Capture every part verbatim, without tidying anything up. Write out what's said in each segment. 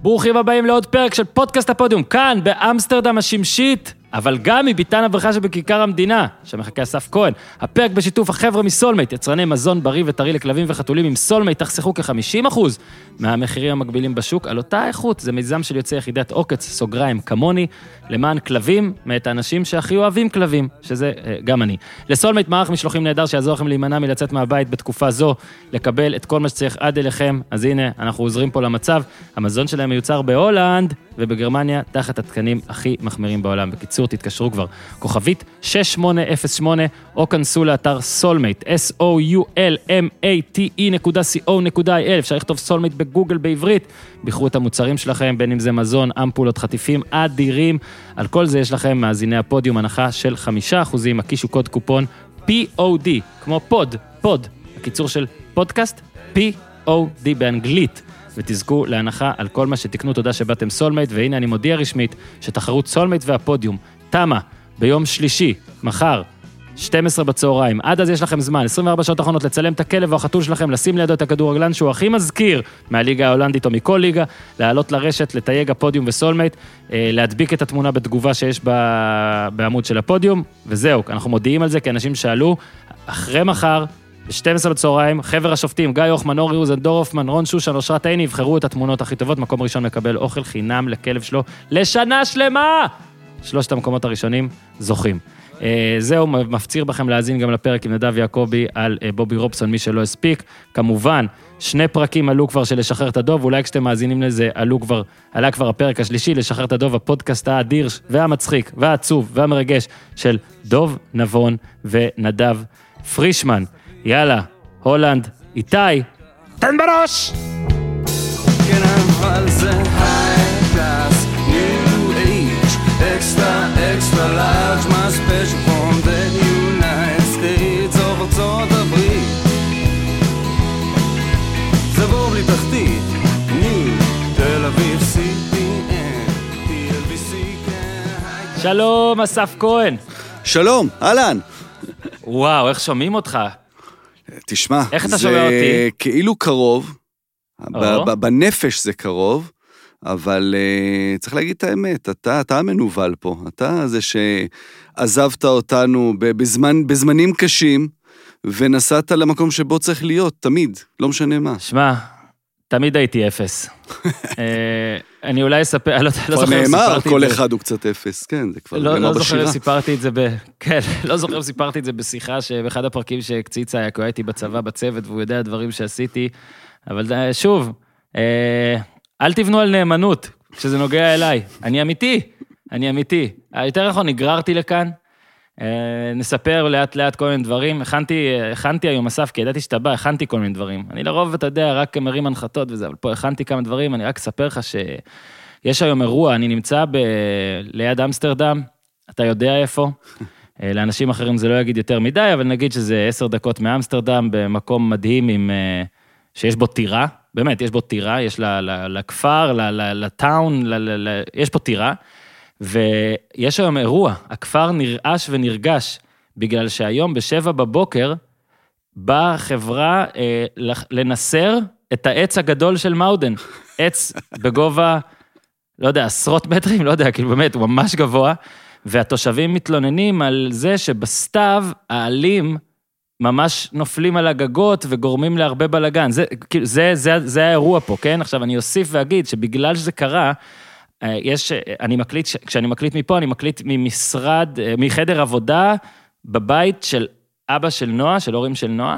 ברוכים הבאים לעוד פרק של פודקאסט הפודיום, כאן באמסטרדם השמשית, אבל גם מביתן הברכה שבכיכר המדינה, שמחכה אסף כהן. הפרק בשיתוף החבר'ה מסולמייט, יצרני מזון בריא וטרי לכלבים וחתולים עם סולמייט, תחסכו כ-חמישים אחוז מהמחירים המקבילים בשוק, על אותה איכות. זה מיזם של יוצאי יחידת עוקץ, סוגריים, כמוני, למען כלבים, מאת האנשים שהכי אוהבים כלבים, שזה גם אני. לסולמייט מערך משלוחים נהדר שיעזור לכם להימנע מלצאת מהבית בתקופה זו, לקבל את כל מה שצריך עד אליכם. אז הנה, אנחנו עוזרים פה למצב. המזון שלהם מיוצר בהולנד ובגרמניה, תחת התקנים הכי מחמירים בעולם. בקיצור, תתקשרו כבר, כוכבית שש שמונה אפס שמונה, או כנסו לאתר סולמייט, אס או יו אל אם איי טי אי נקודה סי או נקודה איי אל, אפשר לכתוב סולמייט בגוגל בעברית, בחרו את המוצרים שלכם, בין אם זה מזון, אמפולות, חטיפים, אדירים, על כל זה יש לכם מאזיני הפודיום הנחה של חמישה אחוזים, הקישו קוד קופון פי או די, כמו פוד, פוד, הקיצור של פודקאסט, פי או די באנגלית, ותזכו להנחה על כל מה שתקנו. תודה שבאתם סולמייט, והנה אני מודיע רשמית שתחרות סולמייט והפודיום תמה ביום שלישי, מחר, שתים עשרה בצהריים. עד אז יש לכם זמן, עשרים וארבע שעות אחרונות, לצלם את הכלב או החתול שלכם, לשים לידו את הכדורגלן שהוא הכי מזכיר מהליגה ההולנדית או מכל ליגה, לעלות לרשת, לתייג הפודיום וסולמייט, להדביק את התמונה בתגובה שיש בעמוד של הפודיום, וזהו, אנחנו מודיעים על זה כי אנשים שאלו, אחרי מחר, ב-שתים עשרה בצהריים, חבר השופטים, גיא אוחמן, אורי אוזנדורפמן, רון שושן, אושרת עיני, יבחרו את התמונות הכי טובות, מקום ראשון מקבל אוכל חינם לכלב שלו לשנה שלמה. שלושת המקומות הראשונים זוכים. זהו, מפציר בכם להאזין גם לפרק עם נדב יעקבי על בובי רובסון, מי שלא הספיק. כמובן, שני פרקים עלו כבר של לשחרר את הדוב, אולי כשאתם מאזינים לזה, עלו כבר, עלה כבר הפרק השלישי, לשחרר את הדוב, הפודקאסט האדיר והמצחיק והעצוב והמרגש של דוב נבון ונדב פרישמן. יאללה, הולנד, איתי, תן בראש! כן, אבל זה high class, new age, extra, extra large, my special from the United States of ארצות הברית. זה בור בלי תחתית, new, תל אביב, סי פי אן, טי אל בי סי, כן. שלום, אסף כהן. שלום, אהלן. וואו, איך שומעים אותך? תשמע, איך אתה שומע אותי? זה כאילו קרוב, בנפש זה קרוב, אבל צריך להגיד את האמת, אתה, אתה המנובל פה, אתה זה שעזבת אותנו בזמן, בזמנים קשים, ונסעת למקום שבו צריך להיות, תמיד, לא משנה מה. שמע, תמיד הייתי אפס. אני אולי אספר, לא זוכר אם סיפרתי את זה. נאמר, כל אחד הוא קצת אפס, כן, זה כבר נאמר בשירה. לא זוכר אם סיפרתי את זה ב... כן, לא זוכר אם סיפרתי את זה בשיחה, שבאחד הפרקים שקציצה היה, כי הייתי בצבא, בצוות, והוא יודע דברים שעשיתי, אבל שוב, אל תבנו על נאמנות, כשזה נוגע אליי. אני אמיתי, אני אמיתי. יותר נכון, נגררתי לכאן, נספר לאט לאט כל מיני דברים, הכנתי, הכנתי היום אסף, כי ידעתי שאתה בא, הכנתי כל מיני דברים, אני לרוב, אתה יודע, רק מרים הנחתות וזה, אבל פה הכנתי כמה דברים, אני רק אספר לך שיש היום אירוע, אני נמצא ב... ליד אמסטרדם, אתה יודע איפה, לאנשים אחרים זה לא יגיד יותר מדי, אבל נגיד שזה עשר דקות מאמסטרדם, במקום מדהים עם, שיש בו טירה, באמת, יש בו טירה, יש לה, לה, לכפר, לטאון, לה, לה, לה, יש פה טירה, ויש היום אירוע, הכפר נרעש ונרגש, בגלל שהיום בשבע בבוקר, באה חברה אה, לנסר את העץ הגדול של מאודן, עץ בגובה, לא יודע, עשרות מטרים, לא יודע, כאילו באמת, הוא ממש גבוה, והתושבים מתלוננים על זה שבסתיו העלים ממש נופלים על הגגות וגורמים להרבה בלגן, זה, כאילו, זה, זה, זה האירוע פה, כן? עכשיו אני אוסיף ואגיד שבגלל שזה קרה, יש, אני מקליט, כשאני מקליט מפה, אני מקליט ממשרד, מחדר עבודה, בבית של אבא של נועה, של הורים של נועה,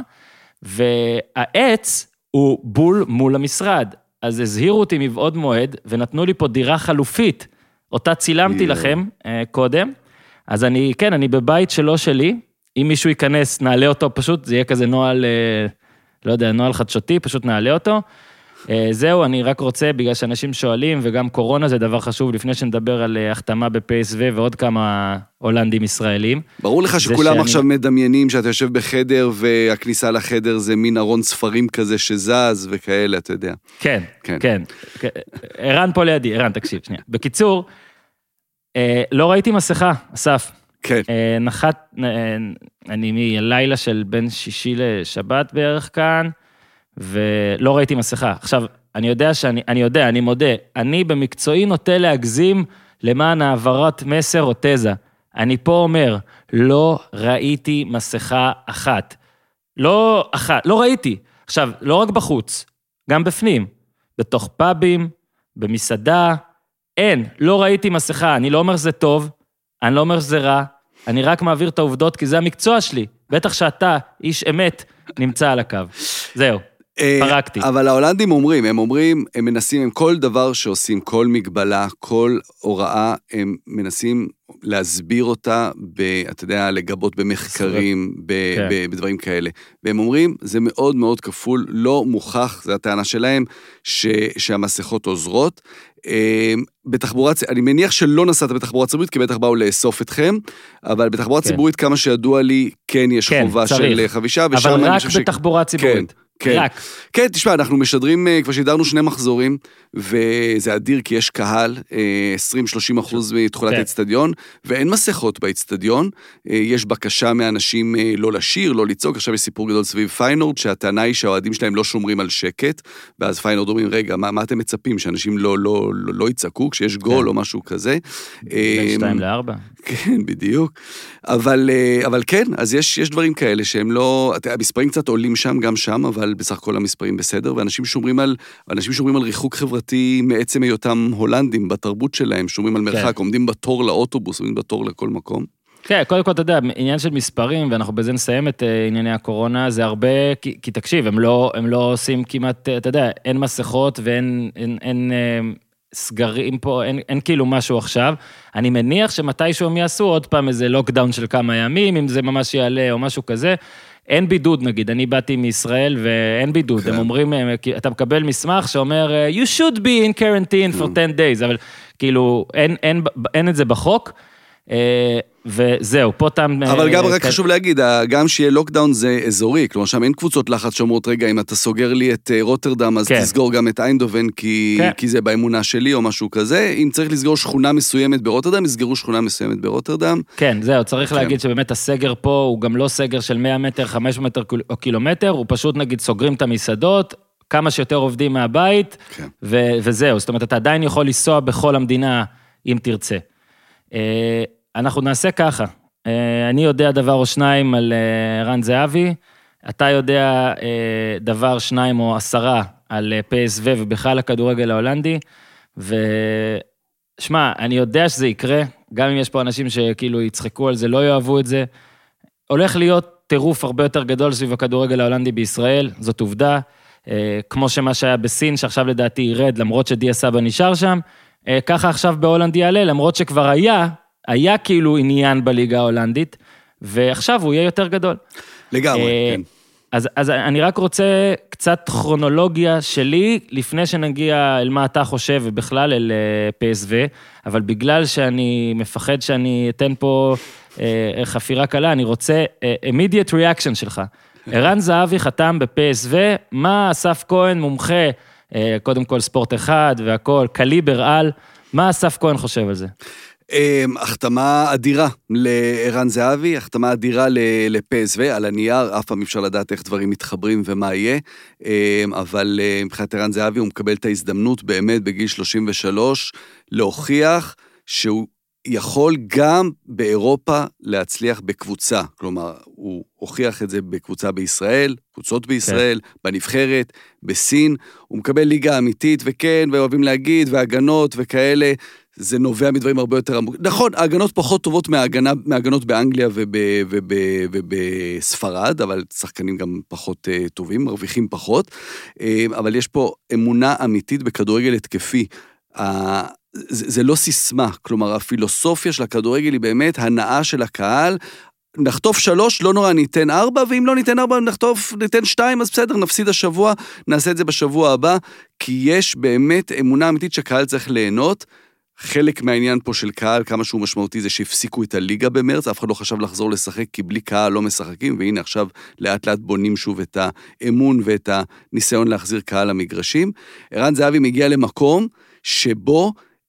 והעץ הוא בול מול המשרד, אז הזהירו אותי מבעוד מועד, ונתנו לי פה דירה חלופית, אותה צילמתי לכם קודם, אז אני, כן, אני בבית שלו שלי, אם מישהו ייכנס, נעלה אותו פשוט, זה יהיה כזה נועל, לא יודע, נועל חדשותי, פשוט נעלה אותו, זהו, אני רק רוצה, בגלל שאנשים שואלים, וגם קורונה זה דבר חשוב, לפני שנדבר על החתמה ב-פי אס וי, ועוד כמה הולנדים ישראלים. ברור לך שכולם עכשיו מדמיינים, שאתה יושב בחדר, והכניסה לחדר זה מין ארון ספרים כזה שזז, וכאלה, אתה יודע. כן, כן. ערן פה לידי, ערן, תקשיב, שנייה. בקיצור, לא ראיתי מסכה, אסף. כן. נחת, אני מלילה של בין שישי לשבת בערך כאן, ולא ראיתי מסכה. עכשיו, אני יודע שאני, אני יודע, אני מודה, אני במקצועי נוטה להגזים למען העברת מסר או תזה. אני פה אומר, לא ראיתי מסכה אחת. לא אחת, לא ראיתי. עכשיו, לא רק בחוץ, גם בפנים. בתוך פאבים, במסעדה, אין, לא ראיתי מסכה. אני לא אומר שזה טוב, אני לא אומר שזה רע, אני רק מעביר את העובדות, כי זה המקצוע שלי. בטח שאתה, איש אמת, נמצא על הקו. זהו. פרקתי. אבל ההולנדים אומרים, הם אומרים, הם מנסים, הם כל דבר שעושים, כל מגבלה, כל הוראה, הם מנסים להסביר אותה, ב, אתה יודע, לגבות במחקרים, ב, כן. ב, בדברים כאלה. והם אומרים, זה מאוד מאוד כפול, לא מוכח, זו הטענה שלהם, ש, שהמסכות עוזרות. בתחבורה, אני מניח שלא נסעת בתחבורה ציבורית, כי בטח באו לאסוף אתכם, אבל בתחבורה כן. ציבורית, כמה שידוע לי, כן יש כן, חובה צריך. של חבישה, אבל רק בתחבורה ציבורית. כן. כן. רק. כן, תשמע, אנחנו משדרים, כבר שידרנו שני מחזורים, וזה אדיר כי יש קהל, עשרים שלושים אחוז מתחולת האצטדיון, ואין מסכות באצטדיון, יש בקשה מאנשים לא לשיר, לא לצעוק, עכשיו יש סיפור גדול סביב פיינורד, שהטענה היא שהאוהדים שלהם לא שומרים על שקט, ואז פיינורד אומרים, רגע, מה, מה אתם מצפים? שאנשים לא, לא, לא, לא יצעקו, כשיש גול או משהו כזה. בין שתיים לארבע. כן, בדיוק. אבל, אבל כן, אז יש, יש דברים כאלה שהם לא, המספרים קצת עולים שם, גם שם, אבל בסך הכל המספרים בסדר, ואנשים שומרים על, אנשים שומרים על ריחוק חברתי מעצם היותם הולנדים בתרבות שלהם, שומרים על מרחק, כן. עומדים בתור לאוטובוס, עומדים בתור לכל מקום. כן, קודם כל, אתה יודע, עניין של מספרים, ואנחנו בזה נסיים את ענייני הקורונה, זה הרבה, כי, כי תקשיב, הם לא, הם לא עושים כמעט, אתה יודע, אין מסכות ואין, אין, אין, אין סגרים פה, אין, אין כאילו משהו עכשיו. אני מניח שמתישהו הם יעשו עוד פעם איזה לוקדאון של כמה ימים, אם זה ממש יעלה או משהו כזה. אין בידוד, נגיד, אני באתי מישראל ואין בידוד, הם אומרים, אתה מקבל מסמך שאומר, you should be in quarantine for ten days, אבל כאילו, אין, אין, אין את זה בחוק, וזהו, פה תם... אבל גם רק חשוב להגיד, גם שיהיה לוקדאון זה אזורי, כלומר, שם אין קבוצות לחץ שאומרות, רגע, אם אתה סוגר לי את רוטרדם, אז תסגור גם את איינדובן, כי זה באמונה שלי או משהו כזה, אם צריך לסגור שכונה מסוימת ברוטרדם, יסגרו שכונה מסוימת ברוטרדם. כן, זהו, צריך להגיד שבאמת הסגר פה, הוא גם לא סגר של מאה מטר, חמש מטר או קילומטר, הוא פשוט, נגיד, סוגרים את המסעדות, כמה שיותר עובדים מהבית, וזהו, זאת אומרת, אתה עדיין יכול לנסוע בכל המדינה, אם תרצה. אנחנו נעשה ככה, אני יודע דבר או שניים על ערן זהבי, אתה יודע דבר שניים או עשרה על פי אס וי ובכלל הכדורגל ההולנדי, ושמע, אני יודע שזה יקרה, גם אם יש פה אנשים שכאילו יצחקו על זה, לא יאהבו את זה, הולך להיות טירוף הרבה יותר גדול סביב הכדורגל ההולנדי בישראל, זאת עובדה, כמו שמה שהיה בסין, שעכשיו לדעתי ירד, למרות שדיה סבא נשאר שם, ככה עכשיו בהולנד יעלה, למרות שכבר היה, היה כאילו עניין בליגה ההולנדית, ועכשיו הוא יהיה יותר גדול. לגמרי, כן. אז, אז אני רק רוצה קצת כרונולוגיה שלי, לפני שנגיע אל מה אתה חושב, ובכלל אל פי אס וי, אבל בגלל שאני מפחד שאני אתן פה חפירה קלה, אני רוצה immediate reaction שלך. ערן זהבי חתם ב-פי אס וי, מה אסף כהן מומחה, קודם כל ספורט אחד והכל, קליבר על, מה אסף כהן חושב על זה? החתמה אדירה לערן זהבי, החתמה אדירה ל-פי אס וי, על הנייר, אף פעם אפשר לדעת איך דברים מתחברים ומה יהיה, אבל מבחינת ערן זהבי הוא מקבל את ההזדמנות באמת בגיל שלושים ושלוש, להוכיח שהוא יכול גם באירופה להצליח בקבוצה, כלומר, הוא הוכיח את זה בקבוצה בישראל, קבוצות בישראל, כן. בנבחרת, בסין, הוא מקבל ליגה אמיתית, וכן, ואוהבים להגיד, והגנות וכאלה, זה נובע מדברים הרבה יותר עמוק. נכון, ההגנות פחות טובות מההגנה, מההגנות באנגליה וב, וב, ובספרד, אבל שחקנים גם פחות uh, טובים, מרוויחים פחות, uh, אבל יש פה אמונה אמיתית בכדורגל התקפי. Uh, זה, זה לא סיסמה, כלומר, הפילוסופיה של הכדורגל היא באמת הנאה של הקהל, נחטוף שלוש, לא נורא, ניתן ארבע, ואם לא ניתן ארבע, נחטוף, ניתן שתיים, אז בסדר, נפסיד השבוע, נעשה את זה בשבוע הבא, כי יש באמת אמונה אמיתית שהקהל צריך ליהנות, חלק מהעניין פה של קהל, כמה שהוא משמעותי, זה שהפסיקו את הליגה במרץ, אף אחד לא חשב לחזור לשחק, כי בלי קהל לא משחקים, והנה עכשיו לאט לאט בונים שוב את האמון ואת הניסיון להחזיר קהל למגרשים. ערן זהבי מגיע למקום שבו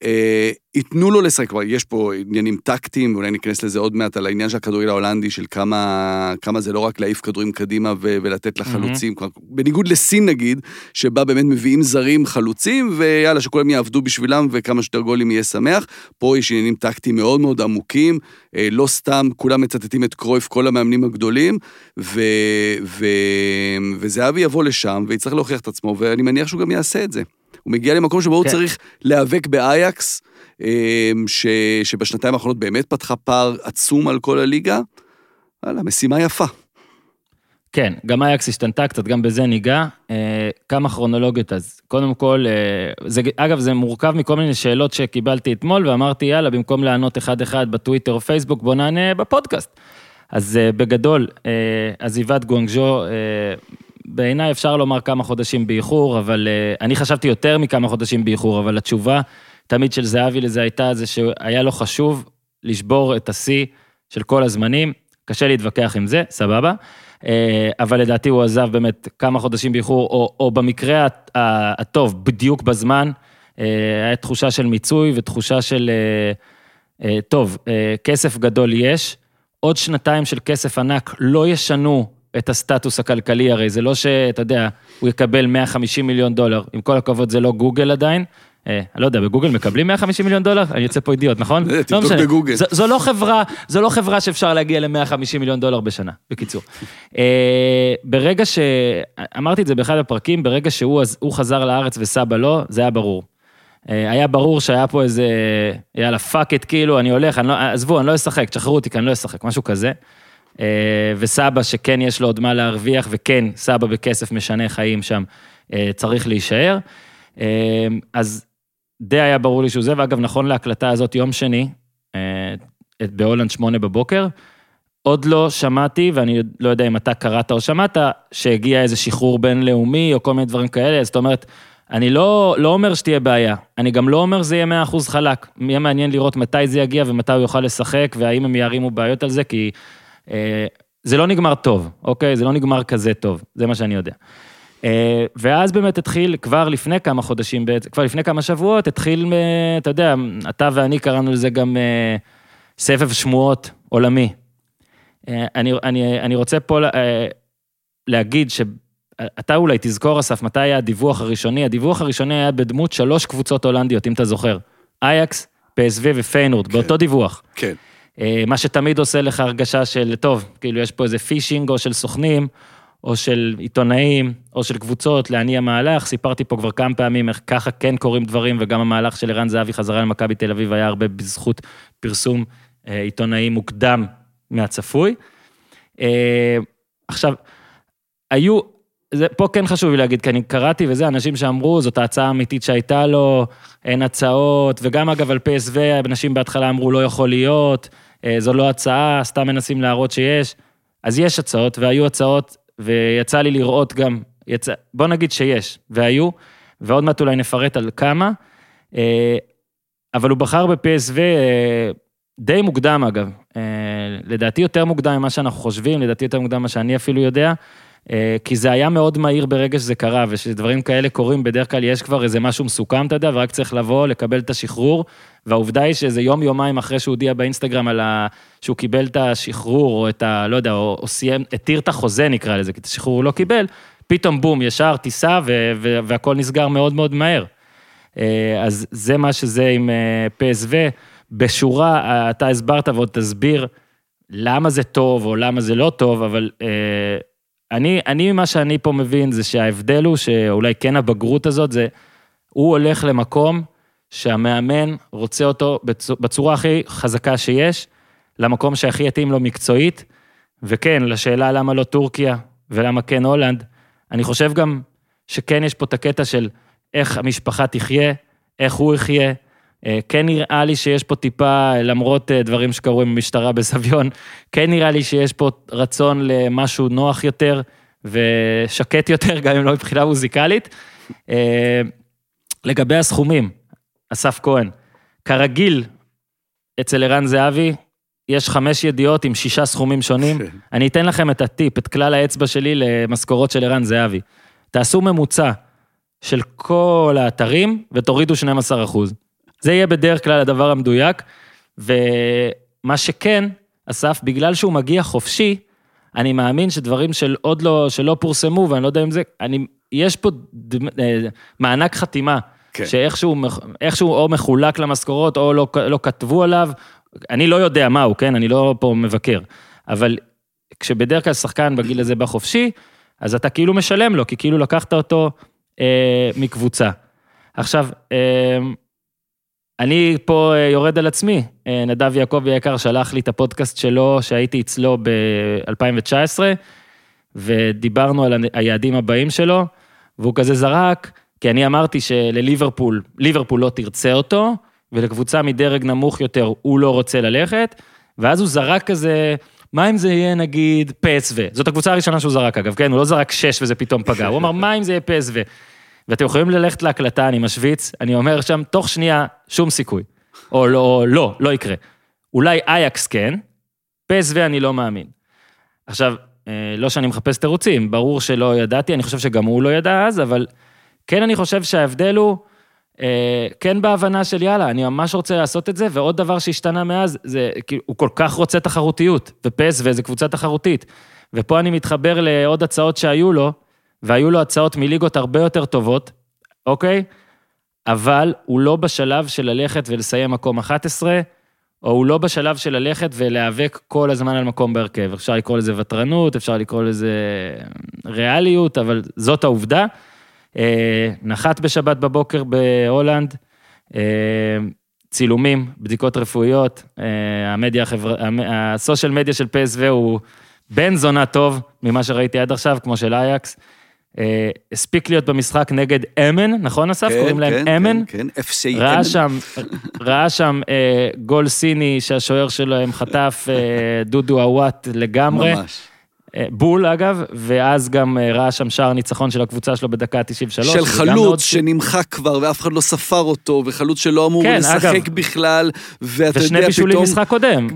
ייתנו לו לשחק, כבר יש פה עניינים טקטיים, ואולי ניכנס לזה עוד מעט, על העניין של הכדורגל ההולנדי, של כמה, כמה זה לא רק להעיף כדורים קדימה ו- ולתת לחלוצים, mm-hmm. בניגוד לסין נגיד, שבה באמת מביאים זרים חלוצים, ויאללה, שכולם יעבדו בשבילם, וכמה שיותר גולים יהיה שמח. פה יש עניינים טקטיים מאוד מאוד עמוקים, לא סתם, כולם מצטטים את קרויף, כל המאמנים הגדולים, ו- ו- וזהבי יבוא לשם, ויצטרך להוכיח את עצמו, ואני מניח שהוא גם יעשה את זה. הוא מגיע למקום שבו הוא צריך להיאבק באייקס, ש, שבשנתיים האחרונות באמת פתחה פער עצום על כל הליגה. הלאה, משימה יפה. כן, גם אייקס השתנתה קצת, גם בזה ניגע. כמה כרונולוגיות אז. קודם כל, זה, אגב, זה מורכב מכל מיני שאלות שקיבלתי אתמול, ואמרתי, יאללה, במקום לענות אחד-אחד בטוויטר או פייסבוק, בוא נענה בפודקאסט. אז בגדול, עזיבת גואנגז'ו, בעיניי אפשר לומר כמה חודשים באיחור, אבל uh, אני חשבתי יותר מכמה חודשים באיחור, אבל התשובה תמיד של זהבי לזה הייתה, זה שהיה לו חשוב לשבור את השיא של כל הזמנים, קשה להתווכח עם זה, סבבה, uh, אבל לדעתי הוא עזב באמת כמה חודשים באיחור, או, או במקרה הטוב, בדיוק בזמן, uh, היה תחושה של מיצוי ותחושה של, uh, uh, טוב, uh, כסף גדול יש, עוד שנתיים של כסף ענק לא ישנו, את הסטטוס הכלכלי, הרי זה לא שאתה יודע, הוא יקבל מאה וחמישים מיליון דולר, עם כל הכבוד זה לא גוגל עדיין, אה, אני לא יודע, בגוגל מקבלים מאה וחמישים מיליון דולר? אני יוצא פה אידיוט, נכון? תבדוק בגוגל. זו, זו לא חברה, זו לא חברה שאפשר להגיע ל-מאה וחמישים מיליון דולר בשנה, בקיצור. אה, ברגע ש... אמרתי את זה באחד הפרקים, ברגע שהוא הוא חזר לארץ וסבא לא, זה היה ברור. אה, היה ברור שהיה פה איזה, יאללה, פאק את, כאילו, אני הולך, אני לא, עזבו, אני לא אשחק, תשחררו אותי, כי אני לא אשחק, משהו כזה. וסבא שכן יש לו עוד מה להרוויח, וכן סבא בכסף משנה חיים שם, צריך להישאר. אז די היה ברור לי שהוא זה, ואגב נכון להקלטה הזאת יום שני, בהולנד שמונה בבוקר, עוד לא שמעתי, ואני לא יודע אם אתה קראת או שמעת, שהגיע איזה שחרור בינלאומי, או כל מיני דברים כאלה, זאת אומרת, אני לא, לא אומר שתהיה בעיה, אני גם לא אומר זה יהיה מאה אחוז חלק, יהיה מעניין לראות מתי זה יגיע, ומתי הוא יוכל לשחק, והאם הם יערימו בעיות על זה, כי זה לא נגמר טוב, אוקיי? זה לא נגמר כזה טוב, זה מה שאני יודע. ואז באמת התחיל, כבר לפני כמה חודשים, כבר לפני כמה שבועות, התחיל, אתה יודע, אתה ואני קראנו לזה גם סבב שמועות עולמי. אני, אני, אני רוצה פה להגיד שאתה אולי תזכור, אסף, מתי היה הדיווח הראשוני? הדיווח הראשוני היה בדמות שלוש קבוצות הולנדיות, אם אתה זוכר. אייקס, פי אס וי ופיינורד, באותו דיווח. כן. מה שתמיד עושה לך הרגשה של, טוב, כאילו יש פה איזה פישינג או של סוכנים, או של עיתונאים, או של קבוצות להניע מהלך, סיפרתי פה כבר כמה פעמים איך ככה כן קוראים דברים, וגם המהלך של ערן זהבי חזרה למכבי תל אביב, היה הרבה בזכות פרסום עיתונאים מוקדם מהצפוי. עכשיו, היו, זה, פה כן חשוב לי להגיד, כי אני קראתי וזה, אנשים שאמרו, זאת ההצעה האמיתית שהייתה לו, אין הצעות, וגם אגב על פי אס וי, אנשים בהתחלה אמרו, לא יכול להיות, זו לא הצעה, סתם מנסים להראות שיש, אז יש הצעות, והיו הצעות, ויצא לי לראות גם, יצא, בוא נגיד שיש, והיו, ועוד מעט אולי נפרט על כמה, אבל הוא בחר ב-פי אס וי די מוקדם אגב, לדעתי יותר מוקדם ממה שאנחנו חושבים, לדעתי יותר מוקדם ממה שאני אפילו יודע, כי זה היה מאוד מהיר ברגע שזה קרה, ושדברים כאלה קורים, בדרך כלל יש כבר איזה משהו מסוכם, אתה יודע, ורק צריך לבוא, לקבל את השחרור, והעובדה היא שזה יום יומיים אחרי שהוא הודיע באינסטגרם על ה... שהוא קיבל את השחרור, או את ה... לא יודע, או, או סיים, התיר את החוזה נקרא לזה, כי את השחרור הוא לא קיבל, פתאום בום, ישר טיסה, ו... ו... והכל נסגר מאוד מאוד מהר. אז זה מה שזה עם פי אס וי, בשורה, אתה הסברת ועוד תסביר למה זה טוב, או למה זה לא טוב, אבל... אני, אני, מה שאני פה מבין, זה שההבדל הוא, שאולי כן הבגרות הזאת, זה, הוא הולך למקום שהמאמן רוצה אותו בצורה הכי חזקה שיש, למקום שהכי יתאים לו מקצועית, וכן, לשאלה למה לא טורקיה, ולמה כן הולנד, אני חושב גם שכן יש פה את הקטע של איך המשפחה תחיה, איך הוא יחיה, כן נראה לי שיש פה טיפה, למרות דברים שקרו עם המשטרה בסביון, כן נראה לי שיש פה רצון למשהו נוח יותר, ושקט יותר, גם אם לא מבחינה מוזיקלית. לגבי הסכומים, אסף כהן, כרגיל, אצל ערן זהבי, יש חמש ידיעות עם שישה סכומים שונים, אני אתן לכם את הטיפ, את כלל האצבע שלי למשכורות של ערן זהבי. תעשו ממוצע של כל האתרים, ותורידו שנים עשר אחוז. זה יהיה בדרך כלל הדבר המדויק, ומה שכן, אסף, בגלל שהוא מגיע חופשי, אני מאמין שדברים של עוד לא, שלא פורסמו, ואני לא יודע אם זה, אני, יש פה ד, מענק חתימה, כן. שאיכשהו איכשהו או מחולק למשכורות, או לא, לא כתבו עליו, אני לא יודע מהו, כן? אני לא פה מבקר, אבל כשבדרך כלל שחקן בגיל הזה בחופשי, אז אתה כאילו משלם לו, כי כאילו לקחת אותו אה, מקבוצה. עכשיו, אה, אני פה יורד על עצמי, נדב יעקב היקר שלח לי את הפודקאסט שלו, שהייתי אצלו ב-אלפיים תשע עשרה, ודיברנו על היעדים הבאים שלו, והוא כזה זרק, כי אני אמרתי שלליברפול, ליברפול לא תרצה אותו, ולקבוצה מדרג נמוך יותר הוא לא רוצה ללכת, ואז הוא זרק כזה, מה אם זה יהיה נגיד פסו? זאת הקבוצה הראשונה שהוא זרק אגב, כן? הוא לא זרק שש וזה פתאום פגע, הוא אמר מה אם זה יהיה פסו? ואתם יכולים ללכת להקלטה, אני משוויץ, אני אומר שם, תוך שנייה, שום סיכוי. או לא, לא, לא יקרה. אולי אייקס כן, פסו אני לא מאמין. עכשיו, לא שאני מחפש תירוצים, ברור שלא ידעתי, אני חושב שגם הוא לא ידע אז, אבל כן אני חושב שההבדל הוא, כן בהבנה של יאללה, אני ממש רוצה לעשות את זה, ועוד דבר שהשתנה מאז, זה, הוא כל כך רוצה תחרותיות, ופסו זה קבוצה תחרותית, ופה אני מתחבר לעוד הצעות שהיו לו, והיו לו הצעות מליגות הרבה יותר טובות, אוקיי? אבל הוא לא בשלב של ללכת ולסיים מקום אחת עשרה, או הוא לא בשלב של ללכת ולהיאבק כל הזמן על מקום בהרכב. אפשר לקרוא לזה וטרנות, אפשר לקרוא לזה ריאליות, אבל זאת העובדה. נחת בשבת בבוקר בהולנד, צילומים, בדיקות רפואיות, המדיה, החבר... הסושיאל מדיה של פסו הוא בן זונה טוב ממה שראיתי עד עכשיו, כמו של אייקס. הספיק להיות במשחק נגד אמן, נכון אסף? קוראים להם אמן? כן, כן, אף סי אמן. ראה שם גול סיני שהשוער שלהם חטף דודו אוואט לגמרי. ממש. בול אגב, ואז גם ראה שם שער ניצחון של הקבוצה שלו בדקה תשעים ושלוש. של חלוץ שנמחק כבר, ואף אחד לא ספר אותו, וחלוץ שלא אמור לשחק בכלל, ושני בישולים משחק קודם.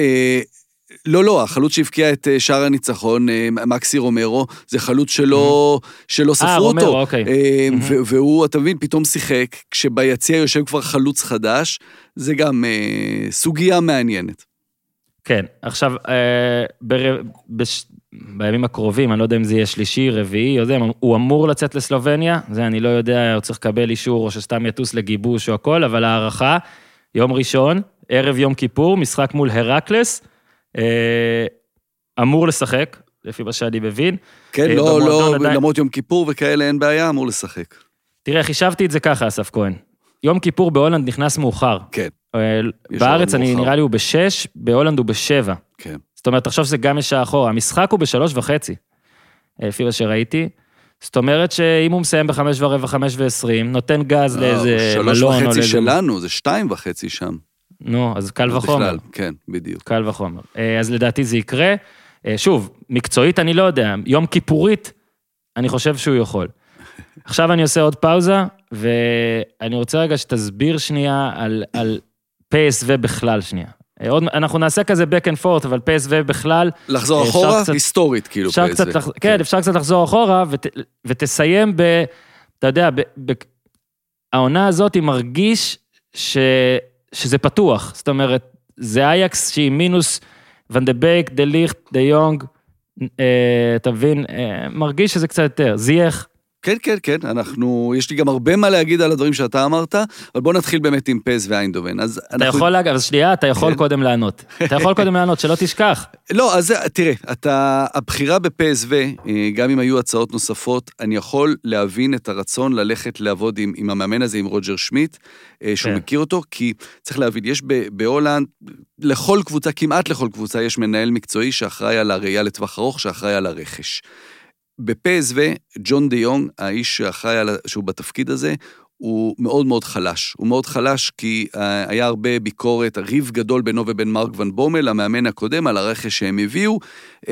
לא, לא, החלוץ שהבקיע את שער הניצחון, מקסי רומרו, זה חלוץ שלא, שלא ספרו אותו. והוא, אתה מבין, פתאום שיחק, כשביציע יושב כבר חלוץ חדש, זה גם סוגיה מעניינת. כן, עכשיו, בימים הקרובים, אני לא יודע אם זה יהיה שלישי, רביעי, הוא אמור לצאת לסלובניה, זה אני לא יודע, הוא צריך לקבל אישור, או שסתם יטוס לגיבוש או הכל, אבל הערכה, יום ראשון, ערב יום כיפור, משחק מול הרקלס, אמור לשחק, לפי מה שאני מבין. כן, לא, לא, למרות יום כיפור וכאלה אין בעיה, אמור לשחק. תראה, חישבתי את זה ככה, אסף כהן. יום כיפור בהולנד נכנס מאוחר. כן. בארץ אני נראה לי הוא בשש, בהולנד הוא בשבע. כן. זאת אומרת, תחשוב שזה גם יש אחורה. המשחק הוא בשלוש וחצי, לפי מה שראיתי. זאת אומרת שאם הוא מסיים בחמש ורבע, חמש ועשרים, נותן גז לאיזה מלון. שלוש וחצי שלנו, זה שתיים וחצי שם. נו, אז קל וחומר. בכלל, כן, בדיוק. קל וחומר. אז לדעתי זה יקרה. שוב, מקצועית אני לא יודע, יום כיפורית, אני חושב שהוא יכול. עכשיו אני עושה עוד פאוזה, ואני רוצה רגע שתסביר שנייה על, על פסו בכלל שנייה. עוד, אנחנו נעשה כזה back and forth, אבל פסו בכלל... לחזור אחורה? קצת, היסטורית, כאילו פסו. כן, כן, אפשר קצת לחזור אחורה, ות, ותסיים ב... אתה יודע, ב, ב, העונה הזאת היא מרגיש ש... שזה פתוח, זאת אומרת, זה אייקס שהיא מינוס ון דה בייק, דה ליכט, דה יונג, אתה מבין, מרגיש שזה קצת יותר, זייך. כן, כן, כן, אנחנו, יש לי גם הרבה מה להגיד על הדברים שאתה אמרת, אבל בוא נתחיל באמת עם פס ואיינדובן. אז אתה אנחנו... יכול, אגב, אז שנייה, אתה יכול קודם לענות. אתה יכול קודם לענות, שלא תשכח. לא, אז תראה, אתה, הבחירה בפס ו, גם אם היו הצעות נוספות, אני יכול להבין את הרצון ללכת לעבוד עם, עם המאמן הזה, עם רוג'ר שמיט, שהוא כן. מכיר אותו, כי צריך להבין, יש בהולנד, לכל קבוצה, כמעט לכל קבוצה, יש מנהל מקצועי שאחראי על הראייה לטווח ארוך, שאחראי על הרכש. בפסו, ג'ון די יונג, האיש שאחראי על, שהוא בתפקיד הזה, הוא מאוד מאוד חלש. הוא מאוד חלש כי uh, היה הרבה ביקורת, ריב גדול בינו ובין מרק ון בומל, המאמן הקודם, על הרכש שהם הביאו, uh,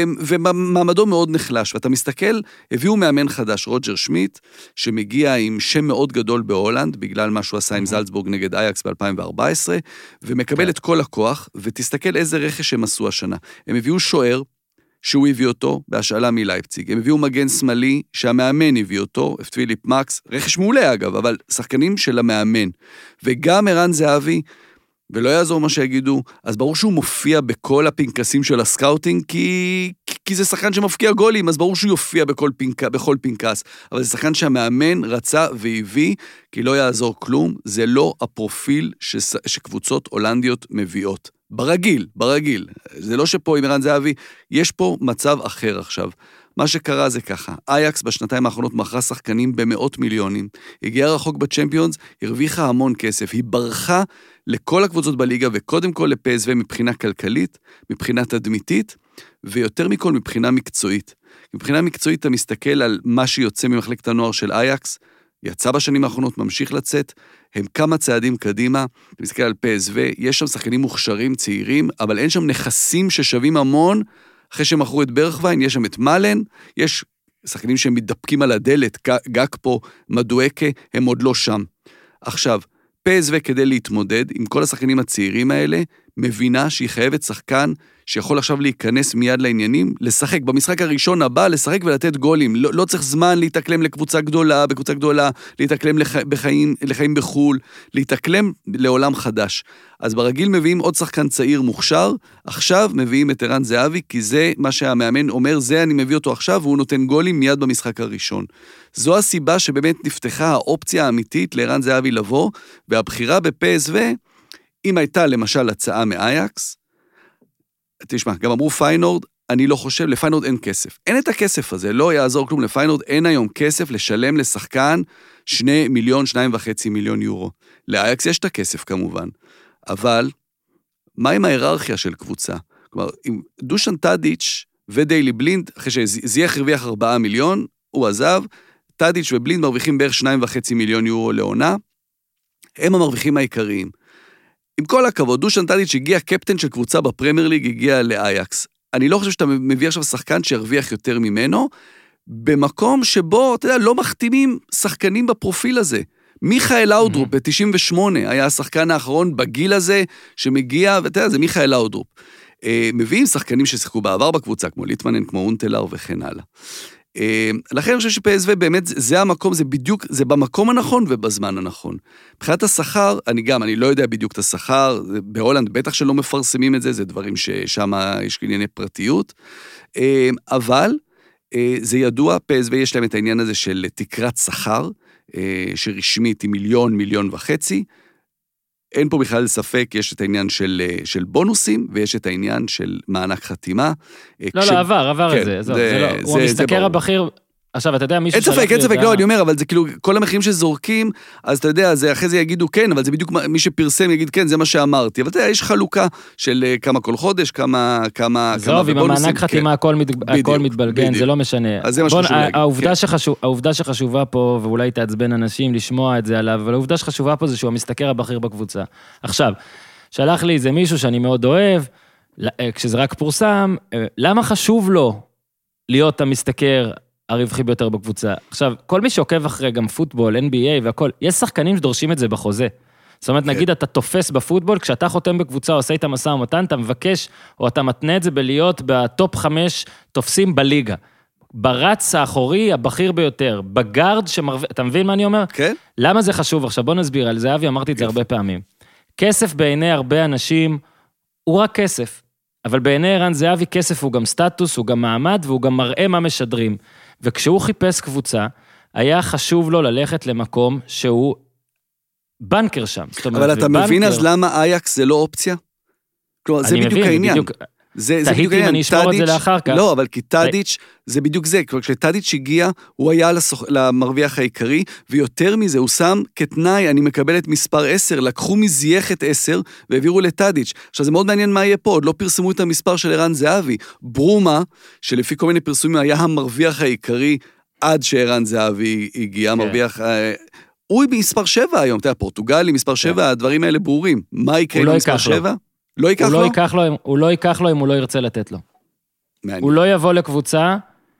ומעמדו מאוד נחלש. ואתה מסתכל, הביאו מאמן חדש, רוג'ר שמיט, שמגיע עם שם מאוד גדול בהולנד, בגלל מה שהוא עשה עם זלצבורג נגד אייקס ב-אלפיים וארבע עשרה, ומקבל את כל הכוח, ותסתכל איזה רכש הם עשו השנה. הם הביאו שוער, שהוא הביא אותו בהשאלה מלייפציג. הם הביאו מגן שמאלי שהמאמן הביא אותו, את פיליפ מקס, רכש מעולה אגב, אבל שחקנים של המאמן. וגם ערן זהבי, ולא יעזור מה שיגידו, אז ברור שהוא מופיע בכל הפנקסים של הסקאוטינג, כי, כי זה שחקן שמפקיע גולים, אז ברור שהוא יופיע בכל, פנק, בכל פנקס. אבל זה שחקן שהמאמן רצה והביא, כי לא יעזור כלום, זה לא הפרופיל ש, שקבוצות הולנדיות מביאות. ברגיל, ברגיל. זה לא שפה עם ערן זהבי, יש פה מצב אחר עכשיו. מה שקרה זה ככה, אייקס בשנתיים האחרונות מכרה שחקנים במאות מיליונים, הגיעה רחוק בצ'מפיונס, הרוויחה המון כסף, היא ברחה לכל הקבוצות בליגה, וקודם כל לפ אס וי מבחינה כלכלית, מבחינה תדמיתית, ויותר מכל מבחינה מקצועית. מבחינה מקצועית אתה מסתכל על מה שיוצא ממחלקת הנוער של אייקס, יצא בשנים האחרונות, ממשיך לצאת, הם כמה צעדים קדימה, אתה מסתכל על פ אס וי, יש שם שחקנים מוכשרים, צעירים, אבל אין שם נכסים ששווים המון, אחרי שהם מכרו את ברכווין, יש שם את מלן, יש שחקנים שהם מתדפקים על הדלת, גג פה, מדואקה, הם עוד לא שם. עכשיו, פ אס וי כדי להתמודד עם כל השחקנים הצעירים האלה, מבינה שהיא חייבת שחקן שיכול עכשיו להיכנס מיד לעניינים, לשחק במשחק הראשון הבא, לשחק ולתת גולים. לא, לא צריך זמן להתאקלם לקבוצה גדולה, בקבוצה גדולה, להתאקלם לח, בחיים, לחיים בחול, להתאקלם לעולם חדש. אז ברגיל מביאים עוד שחקן צעיר מוכשר, עכשיו מביאים את ערן זהבי, כי זה מה שהמאמן אומר, זה אני מביא אותו עכשיו, והוא נותן גולים מיד במשחק הראשון. זו הסיבה שבאמת נפתחה האופציה האמיתית לערן זהבי לבוא, והבחירה בפ אס וי, אם הייתה למשל הצעה מאייקס, תשמע, גם אמרו פיינורד, אני לא חושב, לפיינורד אין כסף. אין את הכסף הזה, לא יעזור כלום לפיינורד, אין היום כסף לשלם לשחקן שני מיליון, שניים וחצי מיליון יורו. לאייקס יש את הכסף כמובן, אבל מה עם ההיררכיה של קבוצה? כלומר, אם דושן טאדיץ' ודיילי בלינד, אחרי שזייח הרוויח ארבעה מיליון, הוא עזב, טאדיץ' ובלינד מרוויחים בערך שניים וחצי מיליון יורו לעונה, הם המרוויחים העיקריים. עם כל הכבוד, דושן טאדיץ' הגיע קפטן של קבוצה בפרמייר ליג, הגיע לאייקס. אני לא חושב שאתה מביא עכשיו שחקן שהרוויח יותר ממנו, במקום שבו, אתה יודע, לא מחתימים שחקנים בפרופיל הזה. מיכאל לאודרופ mm-hmm. ב-תשעים ושמונה היה השחקן האחרון בגיל הזה שמגיע, ואתה יודע, זה מיכאל לאודרופ. אה, מביאים שחקנים ששיחקו בעבר בקבוצה, כמו ליטמנן, כמו אונטלר וכן הלאה. אה, לכן אני חושב שפ אס וי באמת זה המקום, זה בדיוק, זה במקום הנכון ובזמן הנכון. מבחינת השכר, אני גם, אני לא יודע בדיוק את השכר, בהולנד בטח שלא מפרסמים את זה, זה דברים ששם יש ענייני פרטיות, אה, אבל אה, זה ידוע, פ אס וי יש להם את העניין הזה של תקרת שכר, שרשמית היא מיליון, מיליון וחצי, אין פה בכלל ספק, יש את העניין של, של בונוסים, ויש את העניין של מענק חתימה. לא, כש... לא, עבר, עבר כן, את זה, זה, זה, זה לא, זה, הוא המסתכר הבכיר, עכשיו, אתה יודע, מישהו... אין ספק, אין ספק, לא, אני אומר, אבל זה כאילו, כל המחירים שזורקים, אז אתה יודע, זה, אחרי זה יגידו כן, אבל זה בדיוק מי שפרסם יגיד כן, זה מה שאמרתי, אבל אתה יודע, יש חלוקה של כמה כל חודש, כמה, כמה, זוב, עם המענק חתימה, הכל מתבלגן, זה לא משנה. אז זה מה שחשוב להגיד. העובדה שחשובה פה, ואולי תעצבן אנשים לשמוע את זה עליו, אבל העובדה שחשובה פה זה שהוא המסתכר הבכיר בקבוצה. עכשיו, שלח לי איזה מישהו שאני מאוד אוהב, כשזה רק פורסם, למה חשוב לו להיות המסתכר הרווחי ביותר בקבוצה? עכשיו, כל מי שעוקב אחרי גם פוטבול, אן בי איי והכל, יש שחקנים שדורשים את זה בחוזה. זאת אומרת, נגיד אתה תופס בפוטבול, כשאתה חותם בקבוצה או עושה איתה מסע ומתן, אתה מבקש, או אתה מתנה את זה בלהיות בטופ חמש תופסים בליגה. ברץ האחורי הבכיר ביותר, בגארד שמרווה, אתה מבין מה אני אומר? כן. למה זה חשוב? עכשיו בוא נסביר, על זהבי אמרתי את זה הרבה פעמים. כסף בעיני הרבה אנשים, הוא רק כסף. אבל בעיני ערן זהבי כסף הוא גם סטטוס, הוא גם מעמד, והוא גם מראה מה משדרים. וכשהוא חיפש קבוצה, היה חשוב לו ללכת למקום שהוא בנקר שם. אבל אתה מבין אז למה אייקס זה לא אופציה? כלומר, זה בדיוק העניין. תהיתי אם אני אשמור את זה לאחר כך. לא, אבל כי טאדיץ' זה בדיוק זה, כבר כשטאדיץ' הגיע, הוא היה למרוויח העיקרי, ויותר מזה, הוא שם כתנאי, אני מקבל את מספר עשר, לקחו מזייחת עשר, והעבירו לטאדיץ'. עכשיו, זה מאוד מעניין מה יהיה פה, עוד לא פרסמו את המספר של ערן זהבי. ברומה, שלפי כל מיני פרסומים, היה המרוויח העיקרי, עד שערן זהבי הגיע, המרוויח... הוא במספר שבע היום, אתה יודע, פורטוגלי, מספר שבע, הדברים האלה ברורים. מה יקרה עם מספר שבע? לא ייקח הוא לו? לא ייקח לו, הוא לא ייקח לו אם הוא לא ירצה לתת לו. מעניין. הוא לא יבוא לקבוצה,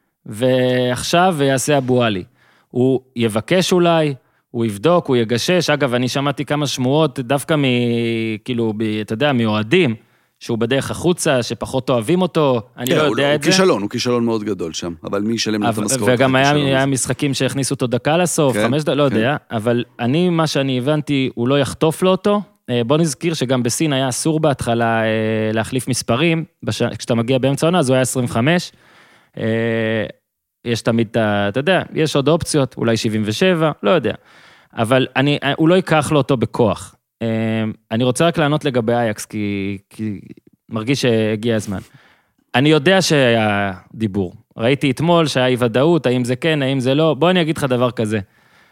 ועכשיו ויעשה אבו עלי. הוא יבקש אולי, הוא יבדוק, הוא יגשש. אגב, אני שמעתי כמה שמועות, דווקא מ... כאילו, ב, אתה יודע, מאוהדים, שהוא בדרך החוצה, שפחות אוהבים אותו, אני לא יודע את זה. הוא כישלון, הוא כישלון מאוד גדול שם, אבל מי ישלם לו את המשכורת? וגם היה משחקים שהכניסו אותו דקה לסוף, חמש דקות, לא יודע, אבל אני, מה שאני הבנתי, הוא לא יחטוף לו אותו. בוא נזכיר שגם בסין היה אסור בהתחלה להחליף מספרים, כשאתה מגיע באמצע העונה, אז הוא היה עשרים וחמש, יש תמיד, אתה יודע, יש עוד אופציות, אולי שבעים ושבע, לא יודע, אבל אני, הוא לא ייקח לו אותו בכוח. אני רוצה רק לענות לגבי אייקס, כי, כי מרגיש שהגיע הזמן. אני יודע שהיה דיבור. ראיתי אתמול שהיה אי ודאות, האם זה כן, האם זה לא. בוא אני אגיד לך דבר כזה.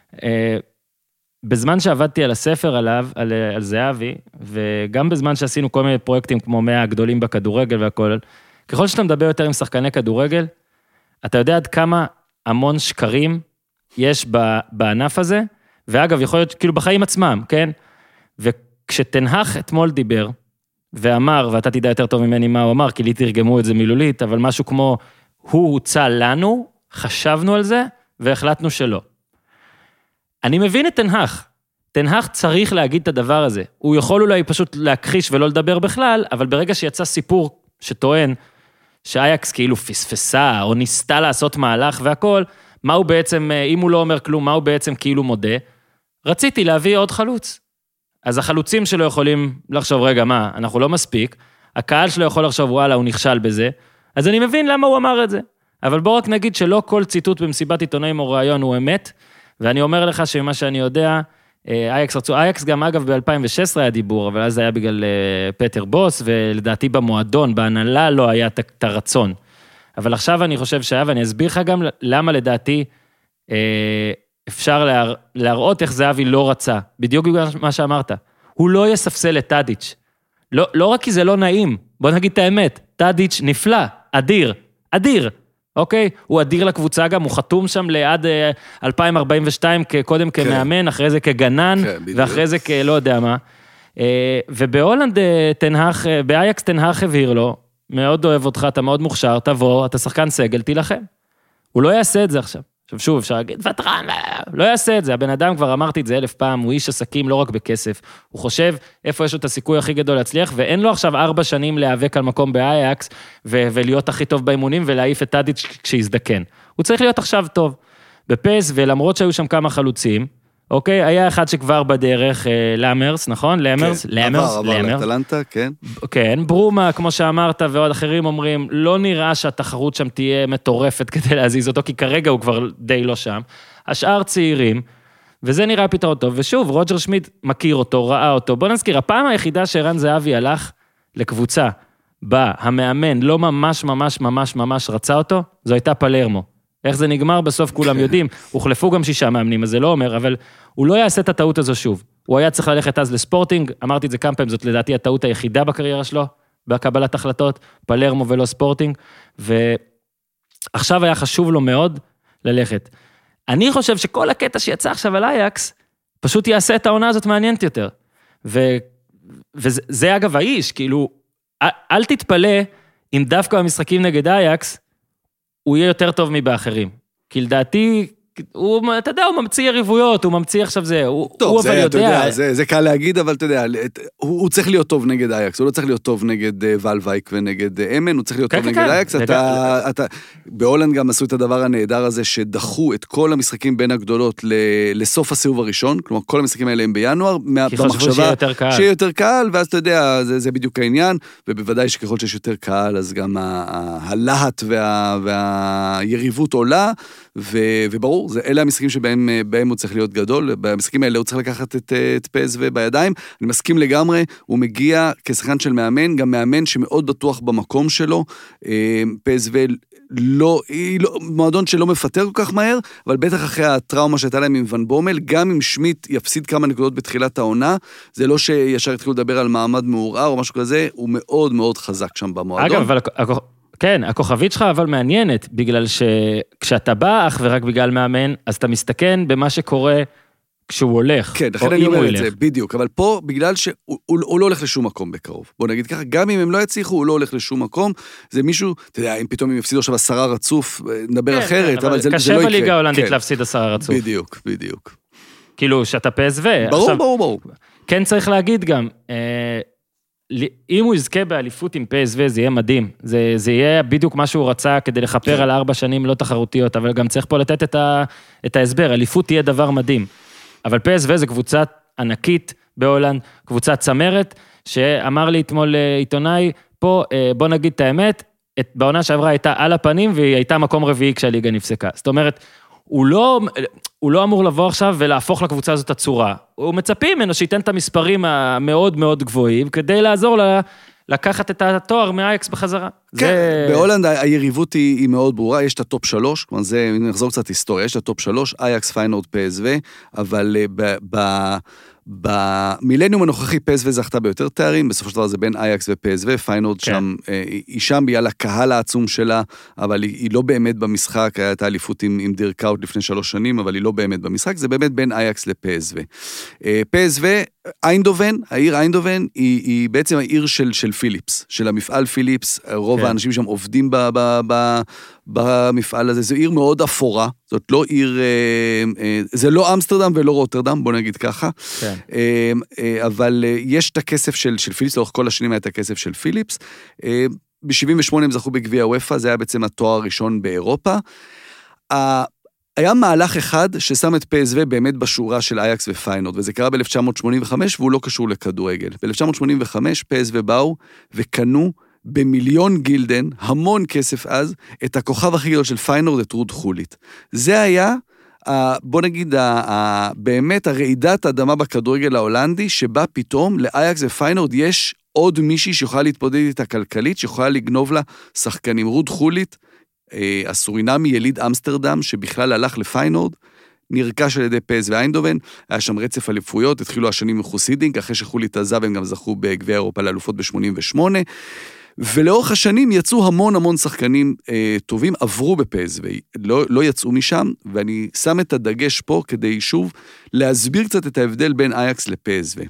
בזמן שעבדתי על הספר עליו, על, על זהבי, וגם בזמן שעשינו כל מיני פרויקטים כמו מאה הגדולים בכדורגל והכל, ככל שאתה מדבר יותר עם שחקני כדורגל, אתה יודע עד כמה המון שקרים יש בענף הזה, ואגב, יכול להיות כאילו בחיים עצמם, כן? וכשתנהך אתמול דיבר, ואמר, ואתה תדע יותר טוב ממני מה הוא אמר, כי לי תרגמו את זה מילולית, אבל משהו כמו, הוא הוצא לנו, חשבנו על זה, והחלטנו שלא. אני מבין את תנהך. תנהך צריך להגיד את הדבר הזה. הוא יכול אולי פשוט להכחיש ולא לדבר בכלל, אבל ברגע שיצא סיפור שטוען, שאייקס כאילו פספסה, או ניסתה לעשות מהלך והכל, מה הוא בעצם, אם הוא לא אומר כלום, מה הוא בעצם כאילו מודה, רציתי להביא עוד חלוץ. אז החלוצים שלו יכולים לחשוב, רגע, מה, אנחנו לא מספיק, הקהל שלו יכול לחשוב, וואלה, הוא נכשל בזה, אז אני מבין למה הוא אמר את זה. אבל בוא רק נגיד שלא כל ציטוט במסיבת עיתונאים או רעיון הוא אמת, ואני אומר לך שמה שאני יודע, אייקס רצו, אייקס גם אגב ב-אלפיים ושש עשרה היה דיבור, אבל אז זה היה בגלל פטר בוס, ולדעתי במועדון, בהנהלה לא היה את הרצון. אבל עכשיו אני חושב שהיה, ואני אסביר לך גם למה לדעתי אפשר להר, להראות איך זהבי לא רצה, בדיוק מה שאמרת. הוא לא יספסל את טאדיץ'. לא, לא רק כי זה לא נעים, בוא נגיד את האמת, טאדיץ' נפלא, אדיר, אדיר, אוקיי? הוא אדיר לקבוצה גם, הוא חתום שם לעד אלפיים ארבעים ושתיים, קודם כמאמן, אחרי זה כגנן, ואחרי זה כלא יודע מה. ובהולנד תנהך, באייקס תנהך הבהיר לו, מאוד אוהב אותך, אתה מאוד מוכשר, תבוא, אתה שחקן סגל, תילחם. הוא לא יעשה את זה עכשיו. עכשיו שוב, אפשר להגיד, וטרן, לא יעשה את זה, הבן אדם כבר אמרתי את זה אלף פעם, הוא איש עסקים לא רק בכסף, הוא חושב איפה יש לו את הסיכוי הכי גדול להצליח, ואין לו עכשיו ארבע שנים להיאבק על מקום באייקס, ו- ולהיות הכי טוב באימונים, ולהעיף את טאדיץ' כשיזדקן. הוא צריך להיות עכשיו טוב. בפס, ולמרות שהיו שם כמה חלוצים, אוקיי, היה אחד שכבר בדרך, למרס, נכון? למרס, למרס, למרס. טלנטה, כן. כן, ברומה, כמו שאמרת, ועוד אחרים אומרים, לא נראה שהתחרות שם תהיה מטורפת כדי להזיז אותו, כי כרגע הוא כבר די לא שם. השאר צעירים, וזה נראה פתרון טוב, ושוב, רוג'ר שמיט מכיר אותו, ראה אותו. בוא נזכיר, הפעם היחידה שערן זהבי הלך לקבוצה, בה המאמן לא ממש ממש ממש ממש רצה אותו, זו הייתה פלרמו. איך זה נגמר, בסוף כולם יודעים, הוחלפו גם שישה מאמנים, אז זה לא אומר, אבל הוא לא יעשה את הטעות הזו שוב. הוא היה צריך ללכת אז לספורטינג, אמרתי את זה כמה פעמים, זאת לדעתי הטעות היחידה בקריירה שלו, בקבלת החלטות, פלרמו ולא ספורטינג, ועכשיו היה חשוב לו מאוד ללכת. אני חושב שכל הקטע שיצא עכשיו על אייקס, פשוט יעשה את העונה הזאת מעניינת יותר. ו... וזה אגב האיש, כאילו, אל תתפלא אם דווקא במשחקים נגד אייקס, הוא יהיה יותר טוב מבאחרים. כי לדעתי, הוא, אתה יודע, הוא ממציא יריבויות, הוא ממציא עכשיו זה, הוא, טוב, הוא זה, אבל יודע. יודע. זה, זה קל להגיד, אבל אתה יודע, הוא, הוא צריך להיות טוב נגד אייקס, הוא לא צריך להיות טוב נגד ולווייק ונגד אמן, הוא צריך להיות כן, טוב כן, נגד כן. אייקס. אתה, אתה, בהולנד גם עשו את הדבר הנהדר הזה, שדחו את כל המשחקים בין הגדולות לסוף הסיבוב הראשון, כלומר, כל המשחקים האלה הם בינואר, כי חשבו שיהיה יותר קהל. שיהיה יותר קהל, ואז אתה יודע, זה, זה בדיוק העניין, ובוודאי שככל שיש יותר קהל, אז גם הלהט וה, והיריבות עולה, ו, וברור, זה, אלה המשחקים שבהם בהם הוא צריך להיות גדול, במשחקים האלה הוא צריך לקחת את, את פז ובידיים, אני מסכים לגמרי, הוא מגיע כשחקן של מאמן, גם מאמן שמאוד בטוח במקום שלו, פז ולא, היא לא, מועדון שלא מפטר כל כך מהר, אבל בטח אחרי הטראומה שהייתה להם עם ון בומל, גם אם שמיט יפסיד כמה נקודות בתחילת העונה, זה לא שישר התחילו לדבר על מעמד מעורער או משהו כזה, הוא מאוד מאוד חזק שם במועדון. אגב, אבל... כן, הכוכבית שלך אבל מעניינת, בגלל שכשאתה בא אך ורק בגלל מאמן, אז אתה מסתכן במה שקורה כשהוא הולך. כן, לכן אני אומר את זה, בדיוק, אבל פה, בגלל שהוא הוא, הוא לא הולך לשום מקום בקרוב. בוא נגיד ככה, גם אם הם לא יצליחו, הוא לא הולך לשום מקום, זה מישהו, אתה יודע, אם פתאום הם יפסידו עכשיו עשרה רצוף, נדבר כן, אחרת, כן, אבל, אבל זה, זה לא יקרה. קשה בליגה ההולנדית כן. להפסיד עשרה רצוף. בדיוק, בדיוק. כאילו, שאתה פס ו... ברור, עכשיו, ברור, ברור. כן צריך להגיד גם, אה, אם הוא יזכה באליפות עם פי אס וי, זה יהיה מדהים. זה, זה יהיה בדיוק מה שהוא רצה כדי לכפר כן. על ארבע שנים לא תחרותיות, אבל גם צריך פה לתת את, ה, את ההסבר. אליפות תהיה דבר מדהים. אבל פי אס וי זה קבוצה ענקית בהולנד, קבוצה צמרת, שאמר לי אתמול עיתונאי, פה בוא נגיד את האמת, את, בעונה שעברה הייתה על הפנים, והיא הייתה מקום רביעי כשהליגה נפסקה. זאת אומרת, הוא לא, הוא לא אמור לבוא עכשיו ולהפוך לקבוצה הזאת הצורה. הוא מצפים ממנו שייתן את המספרים המאוד מאוד גבוהים, כדי לעזור לה, לקחת את התואר מהאייקס בחזרה. כן, זה... בהולנד היריבות היא, היא מאוד ברורה, יש את הטופ שלוש, כלומר זה, אם נחזור קצת היסטוריה, יש את הטופ שלוש, אייקס, פיינורד, פי אס וי, אבל ב... ב במילניום הנוכחי פי אס וי זכתה ביותר תארים, בסופו של דבר זה בין אייקס ו-פי אס וי, פיינורד כן. שם, היא שם בגלל הקהל העצום שלה, אבל היא, היא לא באמת במשחק, הייתה אליפות עם, עם דירקאוט לפני שלוש שנים, אבל היא לא באמת במשחק, זה באמת בין אייקס ל-פי אס וי. פי אס וי, איינדובן, העיר איינדובן, היא, היא בעצם העיר של, של פיליפס, של המפעל פיליפס, רוב כן. האנשים שם עובדים ב... ב, ב במפעל הזה, זו עיר מאוד אפורה, זאת לא עיר, זה לא אמסטרדם ולא רוטרדם, בוא נגיד ככה, כן. אבל יש את הכסף של, של פיליפס, לאורך כל השנים היה את הכסף של פיליפס, ב-שבעים ושמונה הם זכו בגביע הוופא, זה היה בעצם התואר הראשון באירופה, היה מהלך אחד ששם את פי אס וי באמת בשורה של אייקס ופיינורד, וזה קרה ב-אלף תשע מאות שמונים וחמש, והוא לא קשור לכדורגל. ב-אלף תשע מאות שמונים וחמש פי אס וי באו וקנו במיליון גילדן, המון כסף אז, את הכוכב הכי גדול של פיינורד, את רוד חולית. זה היה, בוא נגיד, באמת הרעידת האדמה בכדורגל ההולנדי, שבה פתאום לאייקס ופיינורד יש עוד מישהי שיכולה להתפודד איתה כלכלית, שיכולה לגנוב לה שחקנים. רוד חולית, הסורינמי יליד אמסטרדם, שבכלל הלך לפיינורד, נרכש על ידי פי אס וי איינדובן, היה שם רצף אליפויות, התחילו השנים עם חוסידינג, אחרי שחולית עזב הם גם זכו בגביע אירופה לאלופות ב-שמונים ושמונה, ולאורך השנים יצאו המון המון שחקנים אה, טובים, עברו בפי אס וי, לא, לא יצאו משם, ואני שם את הדגש פה כדי שוב להסביר קצת את ההבדל בין אייקס לפי אס וי.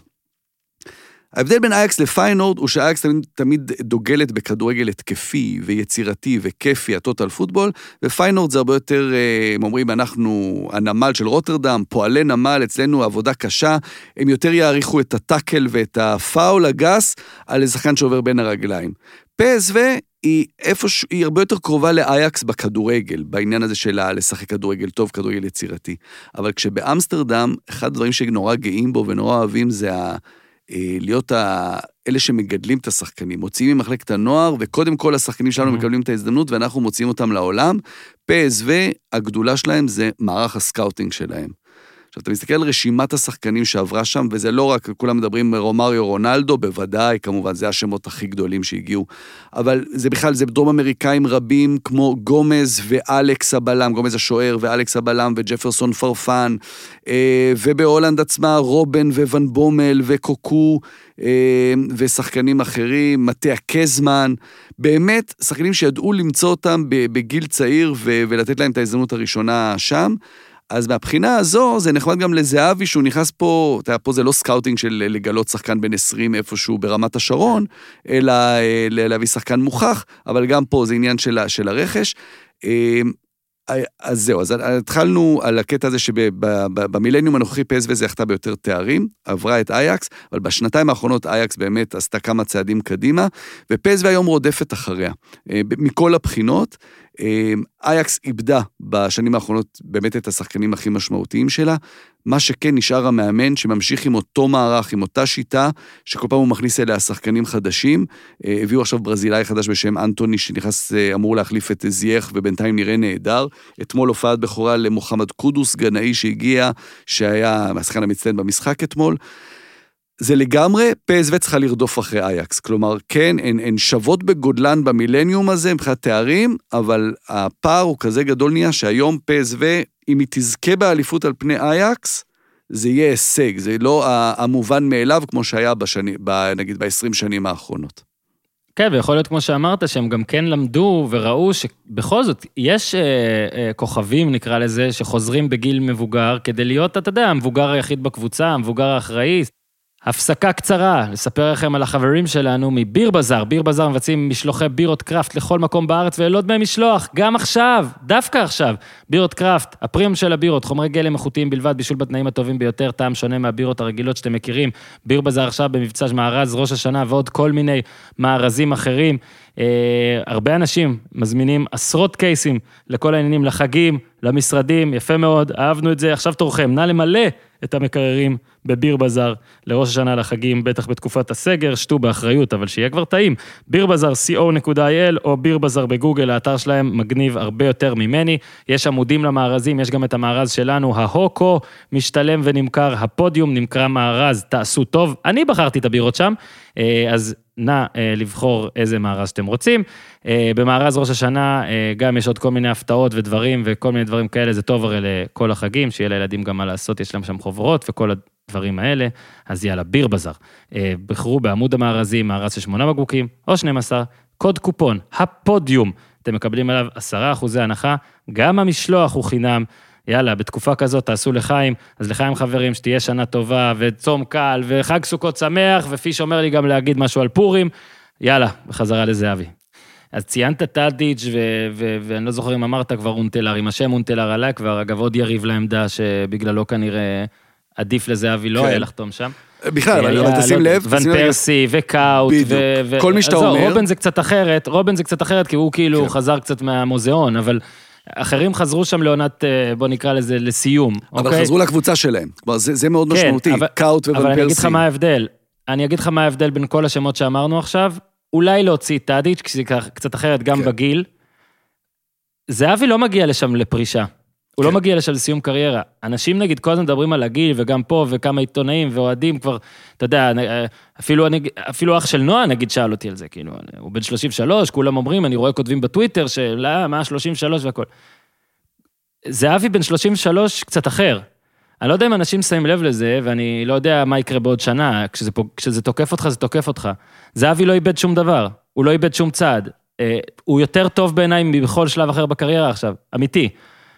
ההבדל בין אייקס לפיינורד הוא שאייקס תמיד, תמיד דוגלת בכדורגל התקפי ויצירתי וכיפי, הטוטל פוטבול, ופיינורד זה הרבה יותר, הם אומרים, אנחנו הנמל של רוטרדם, פועלי נמל, אצלנו עבודה קשה, הם יותר יעריכו את הטאקל ואת הפאול הגס על שחקן שעובר בין הרגליים. פי אס וי היא, איפוש, היא הרבה יותר קרובה לאייקס בכדורגל, בעניין הזה שלה לשחק כדורגל טוב, כדורגל יצירתי. אבל כשבאמסטרדם, אחד הדברים שנורא גאים בו ונורא אוהבים זה ה... להיות אלה שמגדלים את השחקנים, מוציאים ממחלקת הנוער, וקודם כל השחקנים שלנו מקבלים את ההזדמנות, ואנחנו מוציאים אותם לעולם. פי אס וי, הגדולה שלהם זה מערך הסקאוטינג שלהם. עכשיו, אתה מסתכל על רשימת השחקנים שעברה שם, וזה לא רק, כולם מדברים רומאריו רונלדו, בוודאי, כמובן, זה השמות הכי גדולים שהגיעו, אבל זה בכלל, זה דרום אמריקאים רבים, כמו גומז ואלכס הבלם, גומז השוער ואלכס הבלם וג'פרסון פרפן, ובהולנד עצמה, רובן וון בומל וקוקו, ושחקנים אחרים, מטה קזמן, באמת, שחקנים שידעו למצוא אותם בגיל צעיר, ולתת להם את ההזדמנות הראשונה שם, אז מהבחינה הזו, זה נחמד גם לזהבי, שהוא נכנס פה, פה זה לא סקאוטינג של לגלות שחקן בין עשרים איפשהו ברמת השרון, אלא להביא שחקן מוכח, אבל גם פה זה עניין של, של הרכש. אז זהו, אז התחלנו על הקטע הזה שבמילניום הנוכחי פי אס וי זה יחתה ביותר תארים, עברה את אייקס, אבל בשנתיים האחרונות אייקס באמת עשתה כמה צעדים קדימה, ופי אס וי היום רודפת אחריה. מכל הבחינות, אייקס איבדה בשנים האחרונות באמת את השחקנים הכי משמעותיים שלה, מה שכן נשאר המאמן שממשיך עם אותו מערך, עם אותה שיטה, שכל פעם הוא מכניס אליה שחקנים חדשים, הביאו עכשיו ברזילאי חדש בשם אנטוני, שנכנס, אמור להחליף את זייך, ובינתיים נראה נהדר, אתמול הופעת בכורה למוחמד קודוס, גנאי שהגיע, שהיה השחקן המצטיין במשחק אתמול, זה לגמרי, פי אס וי צריכה לרדוף אחרי אייקס, כלומר, כן, הן, הן שוות בגודלן במילניום הזה, מבחינת תארים, אבל הפער הוא כזה גדול נהיה, שהיום פי אס וי, אם היא תזכה באליפות על פני אייקס, זה יהיה הישג, זה לא המובן מאליו, כמו שהיה בשני, נגיד, ב-עשרים שנים האחרונות. כן, ויכול להיות כמו שאמרת, שהם גם כן למדו וראו שבכל זאת, יש אה, אה, כוכבים, נקרא לזה, שחוזרים בגיל מבוגר, כדי להיות, אתה יודע, המבוגר היחיד בקבוצה, המבוגר האחראי, הפסקה קצרה, לספר לכם על החברים שלנו מביר בזאר. ביר בזאר מבצעים משלוחי בירות קראפט לכל מקום בארץ, ולא דמי משלוח, גם עכשיו, דווקא עכשיו. בירות קראפט, הפרימיום של הבירות, חומרי גלם איכותיים בלבד, בישול בתנאים הטובים ביותר, טעם שונה מהבירות הרגילות שאתם מכירים. ביר בזאר עכשיו במבצע מארז ראש השנה, ועוד כל מיני מארזים אחרים. אה, הרבה אנשים מזמינים עשרות קייסים לכל העניינים, לחגים, למשרדים, יפה מאוד, אהבנו את זה, עכשיו תורכם, נא למלא את המקררים בביר בזאר, לראש השנה לחגים, בטח בתקופת הסגר, שתו באחריות, אבל שיהיה כבר טעים, ביר בזאר סי או נקודה איי אל, או ביר בזאר בגוגל, האתר שלהם מגניב הרבה יותר ממני, יש עמודים למארזים, יש גם את המארז שלנו, ההוקו, משתלם ונמכר, הפודיום נמכר מארז, תעשו טוב, אני בחרתי את הבירות שם, אז נא לבחור איזה מארז שאתם רוצים, במארז ראש השנה גם יש עוד כל מיני הפתעות ודברים, וכל מיני דברים כאלה, זה טוב הרי לכל החגים, שיהיה לילדים גם מה לעשות, יש להם שם חוברות וכל הדברים האלה, אז יאללה, ביר בזאר, בחרו בעמוד המארזים, מארז של שמונה בקבוקים, או שנים עשר, קוד קופון, הפודיום, אתם מקבלים עליו עשרה אחוזי הנחה, גם המשלוח הוא חינם, יאללה, בתקופה כזאת תעשו לחיים, אז לחיים חברים שתהיה שנה טובה, וצום קל, וחג סוכות שמח, ופיש אומר לי גם להגיד משהו על פורים, יאללה, בחזרה לזהבי. אז ציינת טאדיץ' ואני לא זוכר אם אמרת כבר אונטלר, עם השם אונטלר עלה כבר, אגב עוד יריב לעמדה שבגללו כנראה עדיף לזהבי לא היה לחתום שם. בכלל, אבל תשים לב. ון פרסי וקאוט. כל מי שאתה אומר. רובן זה קצת אחרת, רובן זה קצת אחרת, כי הוא כאילו חזר קצת מהמוזיאון, אבל אחרים חזרו שם לעונת, בוא נקרא לזה, לסיום. אבל חזרו לקבוצה שלהם. זה מאוד משמעותי, קאוט וון פרסי. אבל אני אגיד לך מה ההבדל. אני אגיד לך מה ההבדל בין כל השמות שאמרנו עכשיו, אולי להוציא טאדיץ', כי זה קצת אחרת גם בגיל. זהבי לא מגיע לשם לפרישה. הוא לא מגיע לשם לסיום קריירה. אנשים נגיד כל הזמן מדברים על הגיל, וגם פה, וכמה עיתונאים ואוהדים כבר, אתה יודע, אפילו, אפילו אח של נועה נגיד שאל אותי על זה, כאילו, הוא בן שלושים ושלוש, כולם אומרים, אני רואה כותבים בטוויטר, שלא, מה שלושים ושלוש והכל. זהבי בן שלושים ושלוש קצת אחר. אני לא יודע אם אנשים שמים לב לזה, ואני לא יודע מה יקרה בעוד שנה, כשזה, כשזה תוקף אותך, זה תוקף אותך. זהבי לא איבד שום דבר, הוא לא איבד שום צעד. הוא יותר טוב בעיניים בכל שלב אחר בקריירה עכשיו, אמיתי.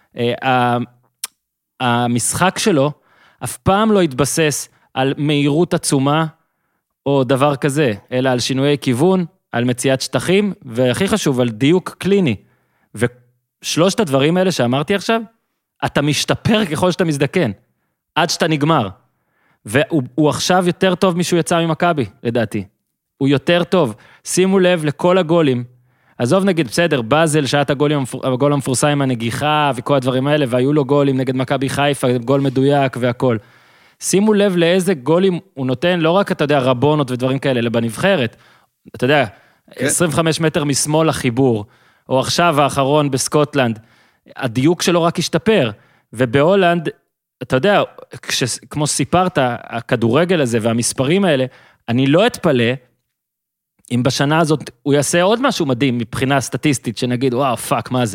המשחק שלו אף פעם לא התבסס על מהירות עצומה או דבר כזה, אלא על שינויי כיוון, על מציאת שטחים, והכי חשוב, על דיוק קליני. ושלושת הדברים האלה שאמרתי עכשיו, אתה משתפר ככל שאתה מזדקן, עד שאתה נגמר. והוא עכשיו יותר טוב משהו יצא ממכבי, לדעתי. הוא יותר טוב. שימו לב לכל הגולים, עזוב נגיד, בסדר, בזל, שעת הגול, הגול המפורסם עם הנגיחה וכל הדברים האלה, והיו לו גולים נגד מכבי חיפה, גול מדויק והכל. שימו לב לאיזה גולים הוא נותן, לא רק, אתה יודע, רבונות ודברים כאלה, אלא בנבחרת. אתה יודע, כן. עשרים וחמישה מטר משמאל החיבור, או עכשיו האחרון בסקוטלנד, הדיוק שלו רק השתפר, ובהולנד, אתה יודע, כש, כמו סיפרת, הכדורגל הזה והמספרים האלה, אני לא אתפלא, אם בשנה הזאת הוא יעשה עוד משהו מדהים מבחינה סטטיסטית, שנגיד, וואו, פאק, מה זה?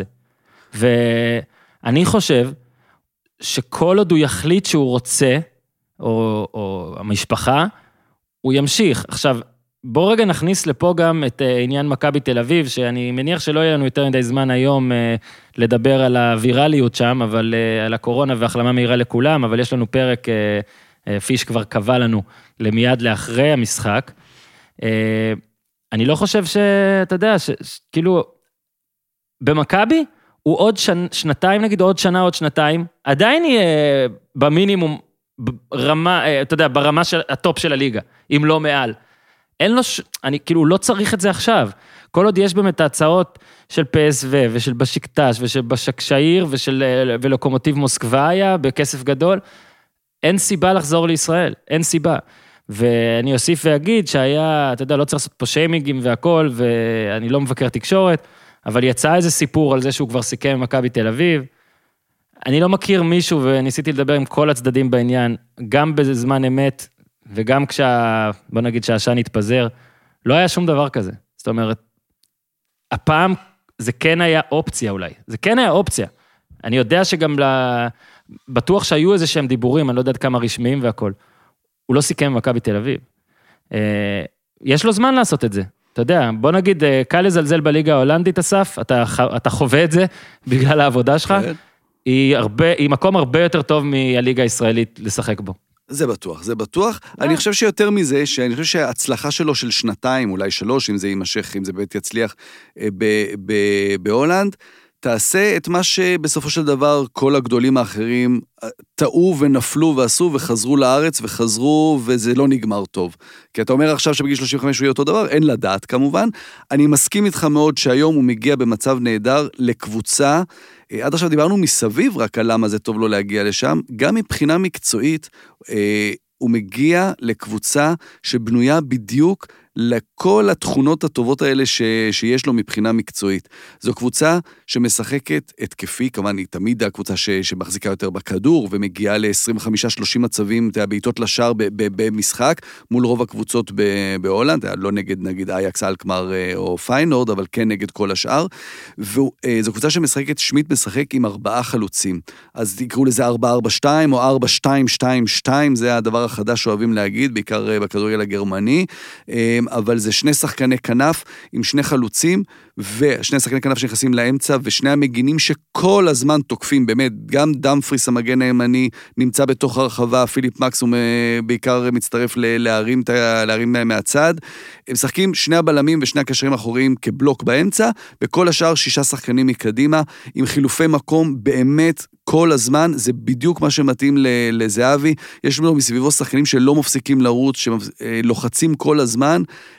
ואני חושב שכל עוד הוא יחליט שהוא רוצה, או, או המשפחה, הוא ימשיך. עכשיו, בוא רגע נכניס לפה גם את עניין מכבי תל אביב, שאני מניח שלא יהיה לנו יותר מדי זמן היום לדבר על הווירליות שם, אבל על הקורונה והחלמה מהירה לכולם, אבל יש לנו פרק, פיש כבר קבע לנו למיד לאחרי המשחק, אני לא חושב שאתה יודע, כאילו, במכבי, הוא עוד שנ, שנתיים, נגיד, עוד שנה, עוד שנתיים, עדיין יהיה במינימום, ברמה, אתה יודע, ברמה של הטופ של הליגה, אם לא מעל. אין לו, אני כאילו לא צריך את זה עכשיו. כל עוד יש באמת ההצעות של פי אס וי ושל בשקטש ושל בשקשאיר ושל ולוקומוטיב מוסקביה בכסף גדול, אין סיבה לחזור לישראל, אין סיבה. ואני אוסיף ואגיד שהיה, אתה יודע, לא צריך לעשות פה שיימינגים והכל, ואני לא מבקר תקשורת, אבל יצא איזה סיפור על זה שהוא כבר סיכם עם מכבי תל אביב. אני לא מכיר מישהו, וניסיתי לדבר עם כל הצדדים בעניין, גם בזמן אמת, וגם כשה, בוא נגיד שהעשן התפזר, לא היה שום דבר כזה. זאת אומרת, הפעם זה כן היה אופציה אולי, זה כן היה אופציה. אני יודע שגם בטוח שהיו איזה שהם דיבורים, אני לא יודעת כמה רשמיים והכל. הוא לא סיכם במכבי תל אביב. יש לו זמן לעשות את זה. אתה יודע, בוא נגיד, קל לזלזל בליגה ההולנדית, אסף, אתה, אתה חווה את זה בגלל העבודה שלך, היא, הרבה, היא מקום הרבה יותר טוב מהליגה הישראלית לשחק בו. זה בטוח, זה בטוח. אני חושב שיותר מזה, שאני חושב שההצלחה שלו של שנתיים, אולי שלוש, אם זה יימשך, אם זה באמת יצליח בהולנד, תעשה את מה שבסופו של דבר כל הגדולים האחרים טעו ונפלו ועשו וחזרו לארץ וחזרו וזה לא נגמר טוב. כי אתה אומר עכשיו שבגיל שלושים וחמש הוא יהיה אותו דבר, אין לדעת כמובן. אני מסכים איתך מאוד שהיום הוא מגיע במצב נהדר לקבוצה, עד עכשיו דיברנו מסביב רק על למה זה טוב לו להגיע לשם, גם מבחינה מקצועית הוא מגיע לקבוצה שבנויה בדיוק לכל התכונות הטובות האלה ש, שיש לו מבחינה מקצועית. זו קבוצה שמשחקת התקפי, כמובן היא תמיד הקבוצה ש, שמחזיקה יותר בכדור, ומגיעה ל-עשרים וחמש שלושים מצבים, בעיטות לשער במשחק, מול רוב הקבוצות בהולנד, לא נגד נגיד אייקס, אלקמר או פיינורד, אבל כן נגד כל השאר, וזו קבוצה שמשחקת, שמית משחק עם ארבעה חלוצים, אז תקראו לזה ארבע ארבע שתיים, או ארבע שתיים שתיים שתיים, זה הדבר החדש שאוהבים להגיד, בעיקר בכדורגל הגרמני, אבל זה שני שחקני כנף עם שני חלוצים, ושני שחקני כנף שנכנסים לאמצע, ושני המגינים שכל הזמן תוקפים, באמת, גם דמפריס המגן הימני נמצא בתוך הרחבה, פיליפ מקס הוא בעיקר מצטרף להרים, להרים מהצד, הם משחקים שני הבלמים ושני הקשרים האחוריים כבלוק באמצע, וכל השאר שישה שחקנים מקדימה, עם חילופי מקום באמת כל הזמן, זה בדיוק מה שמתאים לזהבי, יש לנו מסביבו שחקנים שלא מפסיקים לרוץ, שלוחצים כל הזמן,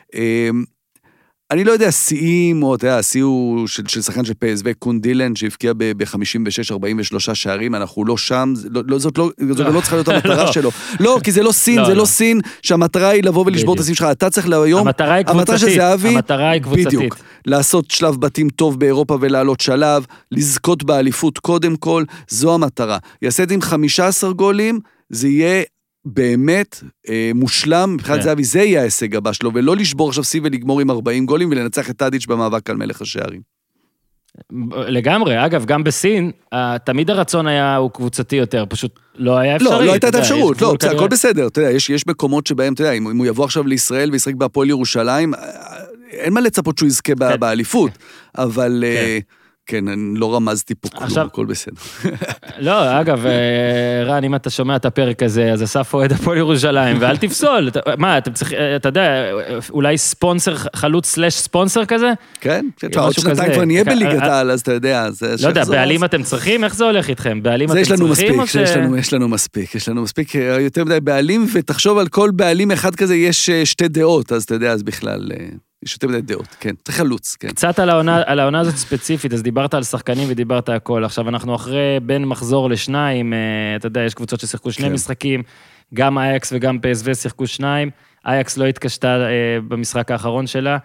אני לא יודע, שיאים, או אתה יודע, השיא הוא של, של שחקן של פי אס וי, קון דילן, שהפקיע ב-חמישים ושש ארבעים ושלוש שערים, אנחנו לא שם, לא, לא, זאת לא, זאת לא צריכה להיות המטרה שלו. לא, כי זה לא סין, זה לא סין, שהמטרה היא לבוא ולשבור את הסין שלך, אתה צריך להיום, המטרה היא קבוצתית, המטרה היא קבוצתית. בדיוק, לעשות שלב בתים טוב באירופה ולעלות שלב, לזכות באליפות קודם כל, זו המטרה. יעשה את עם חמישה עשר גולים, זה יהיה באמת אה, מושלם, מבחינת זהבי, זה יהיה ההישג הבא שלו, ולא לשבור עכשיו סי ולגמור עם ארבעים גולים, ולנצח את טאדיץ' במאבק על מלך השערים. לגמרי, אגב, גם בסין, תמיד הרצון היה הוא קבוצתי יותר, פשוט לא היה אפשרי. לא, לא הייתה את האפשרות, לא, הכל בסדר, אתה יודע, יש, יש מקומות שבהם, אתה יודע, אם, אם הוא יבוא עכשיו לישראל וישחק בהפועל ירושלים, אין מה לצפות שהוא יזכה כן. באליפות, אבל... כן. כן, אני לא רמזתי פה כלום, הכל בסדר. לא, אגב, רן, אם אתה שומע את הפרק הזה, אז אסף אוהד הפועל ירושלים, ואל תפסול. מה, אתה צריך, אתה יודע, אולי ספונסר, חלוץ סלש ספונסר כזה? כן, עוד שנתיים כבר נהיה בליגת העל, אז אתה יודע. לא יודע, בעלים אתם צריכים? איך זה הולך איתכם? בעלים אתם צריכים? זה יש לנו מספיק, יש לנו מספיק, יותר מדי בעלים, ותחשוב על כל בעלים אחד כזה, יש שתי דעות, אז אתה יודע, אז בכלל... יש יותר מדי דעות, כן, צריך חלוץ, כן. קצת על העונה, על העונה הזאת ספציפית, אז דיברת על שחקנים ודיברת הכל, עכשיו אנחנו אחרי בין מחזור לשניים, אתה יודע, יש קבוצות ששיחקו שני כן. משחקים, גם אייקס וגם פי אס וי שיחקו שניים, אייקס לא התקשתה במשחק האחרון שלה,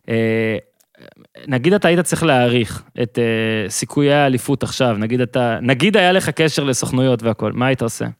נגיד אתה היית צריך להעריך את סיכויי האליפות עכשיו, נגיד אתה, נגיד היה לך קשר לסוכנויות והכל, מה היית עושה?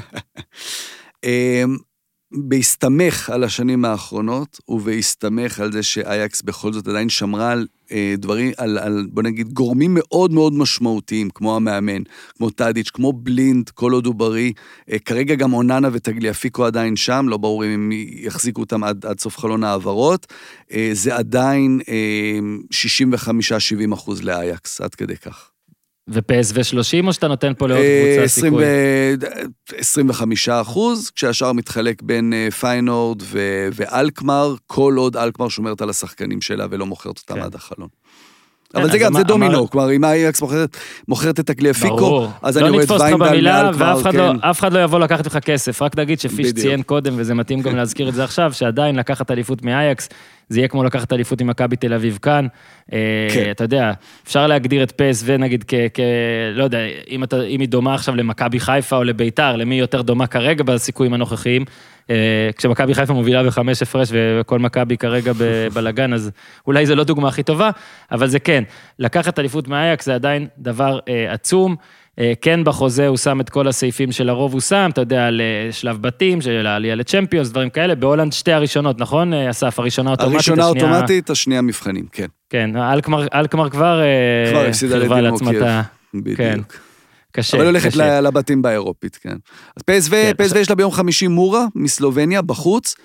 בהסתמך על השנים האחרונות, ובהסתמך על זה שאייקס בכל זאת עדיין שמרה על אה, דברים, על, על, בוא נגיד, גורמים מאוד מאוד משמעותיים, כמו המאמן, כמו טאדיץ', כמו בלינד, כל עוד הוא בריא, אה, כרגע גם אוננה ותגליאפיקו עדיין שם, לא ברור אם הם יחזיקו אותם עד, עד סוף חלון העברות, אה, זה עדיין אה, שישים וחמש שבעים אחוז לאייקס, עד כדי כך. ו-פי אס וי שלושים, או שאתה נותן פה לעוד קבוצה סיכוי? עשרים וחמישה אחוז, כשהשאר מתחלק בין פיינורד ואלקמר, כל עוד אלקמר שומרת על השחקנים שלה ולא מוכרת אותם עד החלון. אבל זה גם, זה דומינו, כלומר, אם אייקס מוכרת את הקליאפיקו, אז אני רואה את ויינדל מאלקמר, ואף אחד לא יבוא לקחת לך כסף, רק תגיד שפיש ציין קודם, וזה מתאים גם להזכיר את זה עכשיו, שעדיין לקחת אליפות מאייקס, זה יהיה כמו לקחת אליפות עם מכבי תל אביב כאן, אתה יודע, אפשר להגדיר את פי אס וי נגיד כ... לא יודע, אם היא דומה עכשיו למכבי חיפה או לביתר, למי יותר דומה כרגע בסיכויים הנוכחיים, כשמכבי חיפה מובילה בחמש הפרש וכל מכבי כרגע בלגן, אז אולי זה לא דוגמה הכי טובה, אבל זה כן, לקחת אליפות מאייקס זה עדיין דבר עצום, כן בחוזה הוא שם את כל הסעיפים של הרוב הוא שם, אתה יודע, לשלב בתים, של העלייה לצ'מפיונס, דברים כאלה, בהולנד שתי הראשונות, נכון, אסף? הראשונה אוטומטית, הראשונה אוטומטית, השנייה מבחנים, כן. כן, אלקמר כבר כבר הפסידה לדימוקייב, בדיוק. קשה. אבל הולכת לבתים באירופית, כן. אז פי אס וי, פי אס וי יש לה ביום חמישי מורה, מסלובניה, בחוץ,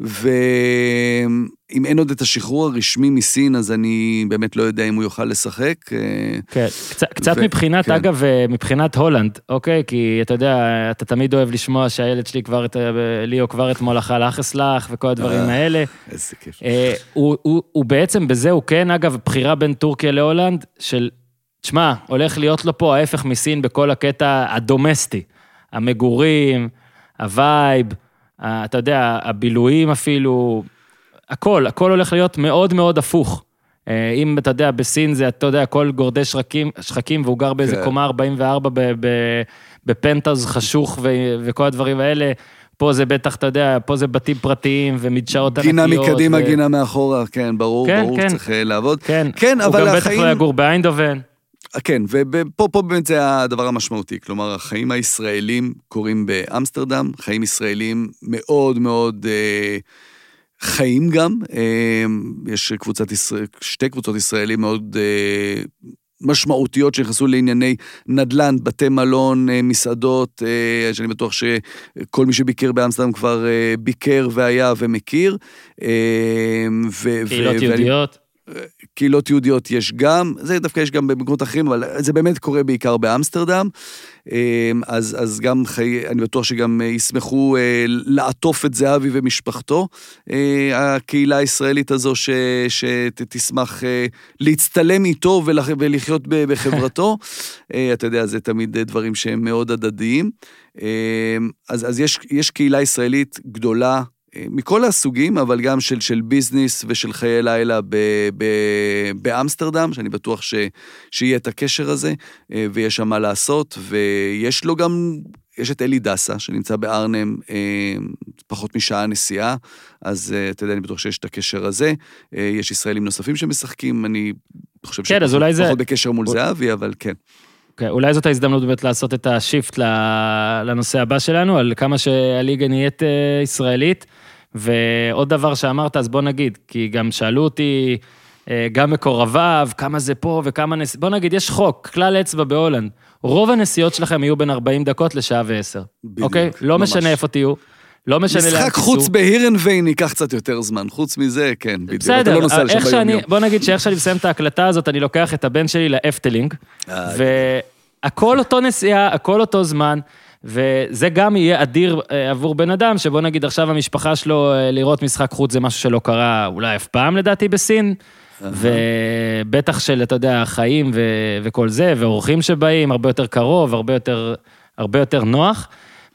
ואם אין עוד את השחרור הרשמי מסין, אז אני באמת לא יודע אם הוא יוכל לשחק. כן, קצת מבחינת, אגב, מבחינת הולנד, אוקיי? כי אתה יודע, אתה תמיד אוהב לשמוע שהילד שלי כבר, ליאו כבר אתמול אכל אחסלח, וכל הדברים האלה. איזה כיף. הוא בעצם בזה, הוא כן, אגב, בחירה בין טורקיה להולנד, של תשמע, הולך להיות לו פה ההפך מסין בכל הקטע הדומסטי, המגורים, הווייב, אתה יודע, הבילויים אפילו, הכל, הכל הולך להיות מאוד מאוד הפוך. אם אתה יודע, בסין זה, אתה יודע, הכל גורדי שחקים, שחקים, והוא גר באיזה קומה ארבעים וארבע בפנטאוז חשוך וכל הדברים האלה, פה זה בטח, אתה יודע, פה זה בתים פרטיים ומדשאות ענקיות. גינה מקדימה, גינה מאחורה, כן, ברור, ברור, צריך לעבוד. כן, הוא גם בטח לא יגור באיינדובן. כן, ופה פה באמת זה הדבר המשמעותי, כלומר, החיים הישראלים קורים באמסטרדם, חיים ישראלים מאוד מאוד אה, חיים גם, אה, יש קבוצת ישראל, שתי קבוצות ישראלים מאוד אה, משמעותיות שנכנסו לענייני נדל"ן, בתי מלון, אה, מסעדות, אה, שאני בטוח שכל מי שביקר באמסטרדם כבר אה, ביקר והיה ומכיר. אה, ו- קהילות ו- יהודיות. קהילות יהודיות יש גם, זה דווקא יש גם במקומות אחרים, אבל זה באמת קורה בעיקר באמסטרדם, אז, אז גם חי, אני בטוח שגם ישמחו לעטוף את זהבי ומשפחתו, הקהילה הישראלית הזו ש, שתשמח להצטלם איתו ולחיות בחברתו, אתה יודע, זה תמיד דברים שהם מאוד הדדיים, אז, אז יש, יש קהילה ישראלית גדולה, מכל הסוגים, אבל גם של, של ביזנס ושל חיי לילה ב, ב, באמסטרדם, שאני בטוח ש, שיהיה את הקשר הזה, ויש שם מה לעשות, ויש לו גם, יש את אלי דסה, שנמצא בארנם, פחות משעה נסיעה, אז אתה יודע, אני בטוח שיש את הקשר הזה, יש ישראלים נוספים שמשחקים, אני חושב כן, שפחות זה... בקשר מול זהבי, אבל כן. Okay, אולי זאת ההזדמנות באמת לעשות את השיפט לנושא הבא שלנו, על כמה שהליגה נהיית ישראלית, ועוד דבר שאמרת, אז בוא נגיד, כי גם שאלו אותי, גם מקורביו, כמה זה פה וכמה נסיעות, בוא נגיד, יש חוק, כלל אצבע בהולנד, רוב הנסיעות שלכם יהיו בין ארבעים דקות לשעה ועשר, אוקיי? לא משנה איפה תהיו, לא משנה לאן תיסעו. משחק חוץ בהירנווין ייקח קצת יותר זמן, חוץ מזה, כן, בדיוק. בסדר, איך שאני, בוא נגיד שאיך שאני מסיים את ההקלטה הזאת, אני לוקח את הבן שלי לאפטלינג, והכל אותו נסיעה, הכל אותו זמן, וזה גם יהיה אדיר עבור בן אדם, שבוא נגיד עכשיו המשפחה שלו לראות משחק חוץ, זה משהו שלא קרה אולי אף פעם לדעתי בסין, ובטח של, אתה יודע, החיים וכל זה, ואורחים שבאים, הרבה יותר קרוב, הרבה יותר, הרבה יותר נוח,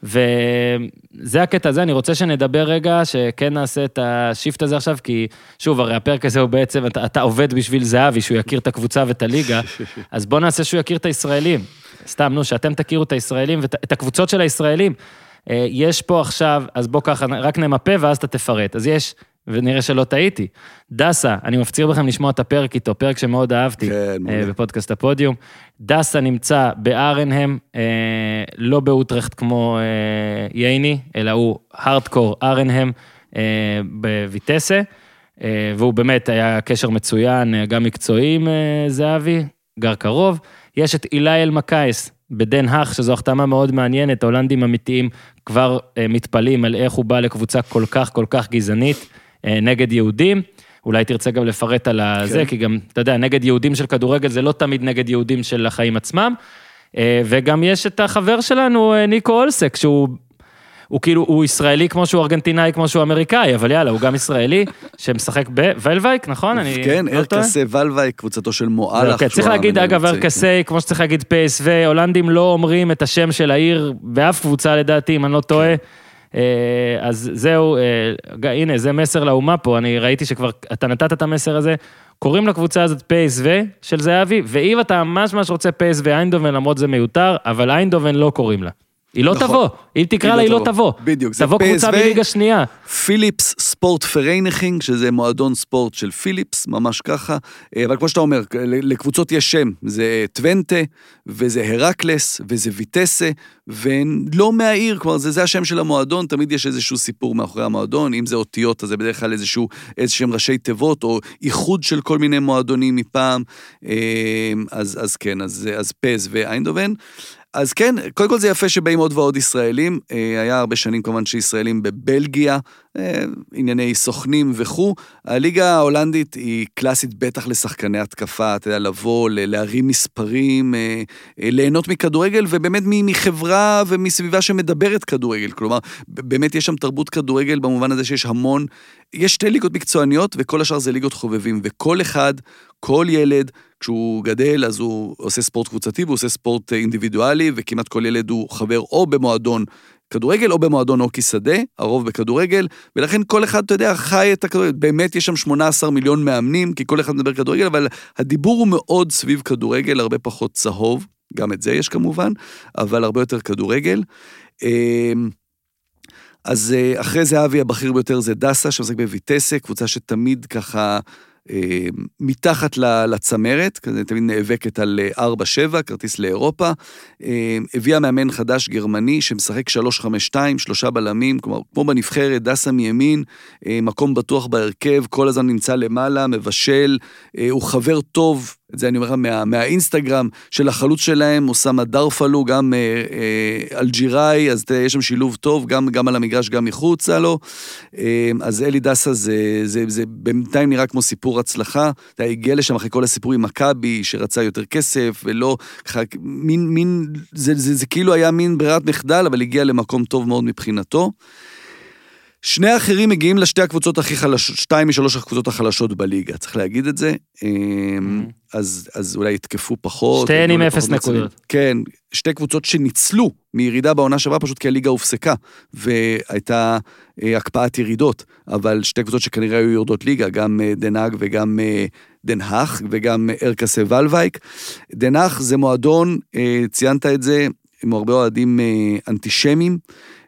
וזה הקטע הזה, אני רוצה שנדבר רגע, שכן נעשה את השיפט הזה עכשיו, כי שוב, הרי הפרק הזה הוא בעצם, אתה, אתה עובד בשביל זהבי, שהוא יכיר את הקבוצה ואת הליגה, אז בוא נעשה שהוא יכיר את הישראלים, סתם, נו, שאתם תכירו את הישראלים, ואת הקבוצות של הישראלים, יש פה עכשיו, אז בוא ככה, רק נמפה, ואז אתה תפרט, אז יש, ונראה שלא טעיתי, דסה, אני מפציר בכם לשמוע את הפרק איתו, פרק שמאוד אהבתי, כן, בפודקאסט הפודיום, דסה נמצא בארנהם, לא באוטרחט כמו ייני, אלא הוא הארדקור ארנהם בויטסה, והוא באמת היה קשר מצוין, גם מקצועי עם זהבי, גר קרוב, יש את אילי אלמקייס, בדן האך, שזו החתמה מאוד מעניינת, ההולנדים אמיתיים כבר מתפלים על איך הוא בא לקבוצה כל כך, כל כך גזענית, נגד יהודים, אולי תרצה גם לפרט על זה, כי גם, אתה יודע, נגד יהודים של כדורגל, זה לא תמיד נגד יהודים של החיים עצמם, וגם יש את החבר שלנו, ניקו אולסק, שהוא, הוא כאילו, הוא ישראלי כמו שהוא ארגנטינאי, כמו שהוא אמריקאי, אבל יאללה, הוא גם ישראלי, שמשחק בוולווייק, נכון? כן, ארקסי וולווייק, קבוצתו של מואלך. צריך להגיד, אגב, ארקסי, כמו שצריך להגיד פי אס וי, הולנדים לא אומרים את השם של העיר, באף קבוצה לדעתי, אם אני לא טועה, אז זהו, הנה, זה מסר לאומה פה, אני ראיתי שכבר, אתה נתת את המסר הזה, קוראים לקבוצה הזאת פי אס וי של זהבי, ואם אתה ממש ממש רוצה פי אס וי איינדובן, למרות זה מיותר, אבל איינדובן לא קוראים לה. היא לא תבוא, אם תקרא לה היא לא תבוא. בדיוק. תבוא קבוצה בליגה שנייה. פיליפס ספורט פרייניכינג, שזה מועדון ספורט של פיליפס, ממש ככה, אבל כמו שאתה אומר, לקבוצות יש שם, זה טוונטה, וזה הרקלס, וזה ויטסה, ולא מהעיר, כלומר זה, זה השם של המועדון, תמיד יש איזשהו סיפור מאחורי המועדון, אם זה אותיות, אז זה בדרך כלל איזשהו, איזשהם ראשי תיבות, או איחוד של כל מיני מועדונים מפעם, אז, אז כן, אז, אז פז ואיינדובן, אז כן, קודם כל זה יפה שבאים עוד ועוד ישראלים, היה הרבה שנים כמובן שישראלים בבלגיה, ענייני סוכנים וכו', הליגה ההולנדית היא קלאסית בטח לשחקני התקפה, אתה יודע, לבוא, להרים מספרים, ליהנות מכדורגל, ובאמת מחברה ומסביבה שמדברת כדורגל, כלומר, באמת יש שם תרבות כדורגל במובן הזה שיש המון, יש שתי ליגות מקצועניות, וכל השאר זה ליגות חובבים, וכל אחד, כל ילד, כשהוא גדל, אז הוא עושה ספורט קבוצתי, והוא עושה ספורט אינדיבידואלי, וכמעט כל ילד הוא חבר או במועדון כדורגל, או במועדון אוקי שדה, הרוב בכדורגל, ולכן כל אחד, אתה יודע, חי את הכדורגל, באמת יש שם שמונה עשר מיליון מאמנים, כי כל אחד מדבר כדורגל, אבל הדיבור הוא מאוד סביב כדורגל, הרבה פחות צהוב, גם את זה יש כמובן, אבל הרבה יותר כדורגל. אז אחרי זה אבי הבכיר ביותר זה דסה, שעוסק בויטסה, קבוצה שתמיד ככה מתחת לצמרת, כזה תמיד נאבקת על ארבע שבע, כרטיס לאירופה, הביאה מאמן חדש גרמני שמשחק שלוש חמש שתיים, שלושה בלמים, כלומר, כמו בנבחרת, דסה מימין, מקום בטוח בהרכב, כל הזמן נמצא למעלה, מבשל, הוא חבר טוב, את זה אני אומר מה, מהאינסטגרם של החלוץ שלהם, אוסמה דרפלו, גם אה, אה, אלג'יראי, אז יש שם שילוב טוב, גם, גם על המגרש, גם מחוצה לו. אה, אז אלי דסה זה, זה, זה בינתיים נראה כמו סיפור הצלחה, אתה הגיע לשם אחרי כל הסיפור עם מכבי, שרצה יותר כסף, ולא, ככה, מין, מין, זה, זה, זה, זה כאילו היה מין ברירת מחדל, אבל הגיע למקום טוב מאוד מבחינתו. שני האחרים מגיעים לשתי הקבוצות הכי חלשות, שתיים משלוש הקבוצות החלשות בליגה, צריך להגיד את זה, אז, אז אולי יתקפו פחות. שתיהן עם אפס נקודות. כן, שתי קבוצות שניצלו מירידה בעונה שעברה, פשוט כי הליגה הופסקה, והייתה הקפאת ירידות, אבל שתי קבוצות שכנראה היו יורדות ליגה, גם דנהג וגם דנהך, וגם ארקסה ולווייק. דנהך זה מועדון, ציינת את זה, עם הרבה אוהדים אנטישמים,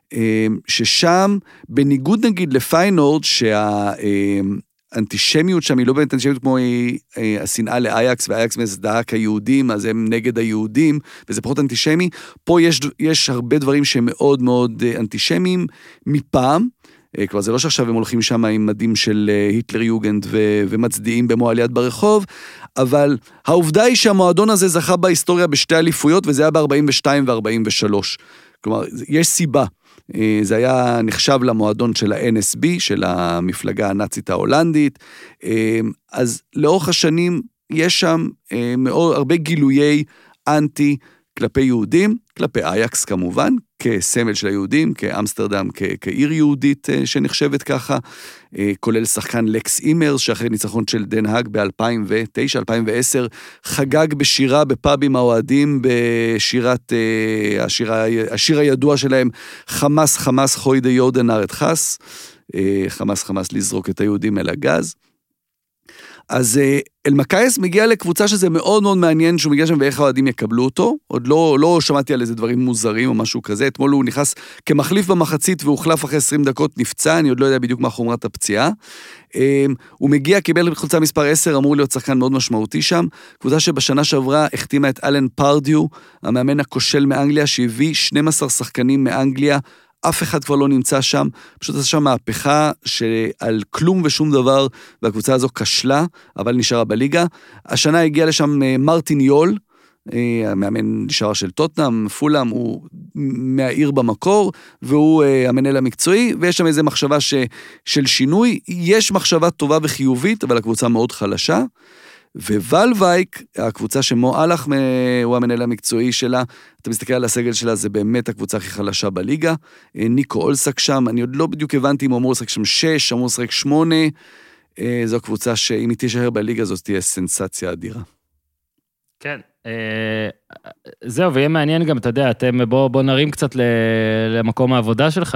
ששם, בניגוד נגיד לפיינורד, שהאנטישמיות שם היא לא באמת אנטישמיות כמו השנאה לאייקס, ואייקס מזדהה כיהודים, אז הם נגד היהודים, וזה פחות אנטישמי. פה יש, יש הרבה דברים שהם מאוד מאוד אנטישמיים מפעם, כבר זה לא שעכשיו הם הולכים שם עם מדים של היטלר יוגנד ו- ומצדיעים במועל יד ברחוב, אבל העובדה היא שהמועדון הזה זכה בהיסטוריה בשתי אליפויות, וזה היה ב-ארבעים ושתיים ו-ארבעים ושלוש. כלומר, יש סיבה. זה היה נחשב למועדון של ה-אן אס בי, של המפלגה הנאצית ההולנדית, אז לאורך השנים יש שם מאוד, הרבה גילויי אנטי כלפי יהודים, כלפי אייקס כמובן, כסמל של היהודים, כאמסטרדם, כעיר יהודית שנחשבת ככה, כולל שחקן לקס אימרס, שאחרי ניצחון של דנהג ב-אלפיים ותשע אלפיים ועשר, חגג בשירה בפאבים האוהדים, בשירת, השיר, השיר הידוע שלהם, חמאס חמאס חוי דה יודן ארת חס, חמאס חמאס לזרוק את היהודים אל הגז. אז אלמקייס מגיע לקבוצה שזה מאוד מאוד מעניין שהוא מגיע שם ואיך האוהדים יקבלו אותו, עוד לא, לא שמעתי על איזה דברים מוזרים או משהו כזה, אתמול הוא נכנס כמחליף במחצית והוחלף אחרי עשרים דקות נפצע, אני עוד לא יודע בדיוק מה חומרת הפציעה, הוא מגיע, קיבל חולצה מספר עשר, אמור להיות שחקן מאוד משמעותי שם, קבוצה שבשנה שעברה החתימה את אלן פרדיו, המאמן הכושל מאנגליה שהביא שנים עשר שחקנים מאנגליה, אף אחד כבר לא נמצא שם, פשוט עשה שם מהפכה שעל כלום ושום דבר, והקבוצה הזו כשלה, אבל נשארה בליגה. השנה הגיע לשם מרטין יול, המאמן נשאר של טוטנאם, פולאם, הוא מהעיר במקור, והוא המנהל המקצועי, ויש שם איזו מחשבה ש, של שינוי, יש מחשבה טובה וחיובית, אבל הקבוצה מאוד חלשה, ווולווייק, הקבוצה שמו אלח הוא המנהל המקצועי שלה, אתה מסתכל על הסגל שלה, זה באמת הקבוצה הכי חלשה בליגה, ניקו אולסק שם, אני עוד לא בדיוק הבנתי אם הוא אמור לשחק שם שש, אמור לשחק שמונה, זו קבוצה שאם היא תישאר בליגה, זאת תהיה סנסציה אדירה. כן, זהו, ויהיה מעניין גם, אתה יודע, אתם בוא, בוא נרים קצת למקום העבודה שלך,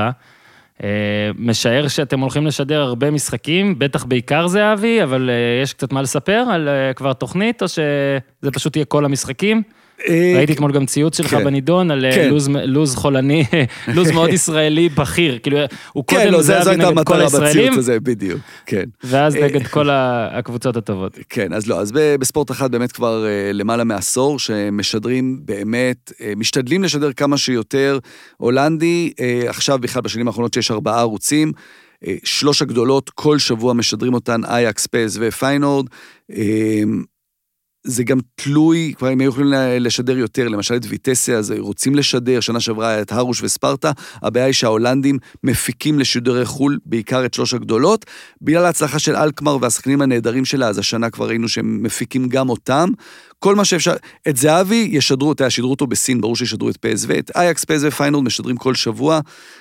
משער שאתם הולכים לשדר הרבה משחקים, בטח בעיקר זה אבי, אבל יש קצת מה לספר על כבר תוכנית, או שזה פשוט יהיה כל המשחקים? ראיתי אתמול גם ציוץ שלך בנידון, על לוז חולני, לוז מאוד ישראלי בכיר, כאילו הוא קודם זה אבי נגד כל הישראלים, בדיוק, כן. ואז נגד כל הקבוצות הטובות. כן, אז לא, אז בספורט אחד באמת כבר למעלה מעשור, שמשדרים באמת, משתדלים לשדר כמה שיותר, הולנדי, עכשיו בכלל בשנים האחרונות שיש ארבעה ערוצים, שלוש הגדולות, כל שבוע משדרים אותן, אייקס, פס ופיינורד, זה גם תלוי, כבר הם יכולים לשדר יותר, למשל את ויטסיה, אז רוצים לשדר, שנה שעברה את הרוש וספרטה, הבעיה היא שההולנדים מפיקים לשידורי חול, בעיקר את שלוש הגדולות, בגלל ההצלחה של אלקמר והשחקנים הנהדרים שלה, אז השנה כבר ראינו שהם מפיקים גם אותם, כל מה שאפשר, את זהבי ישדרו, אתה ישדרו אותו בסין, ברור שישדרו את פי אס וי, את אייקס, פי אס וי פיינורד משדרים כל שבוע,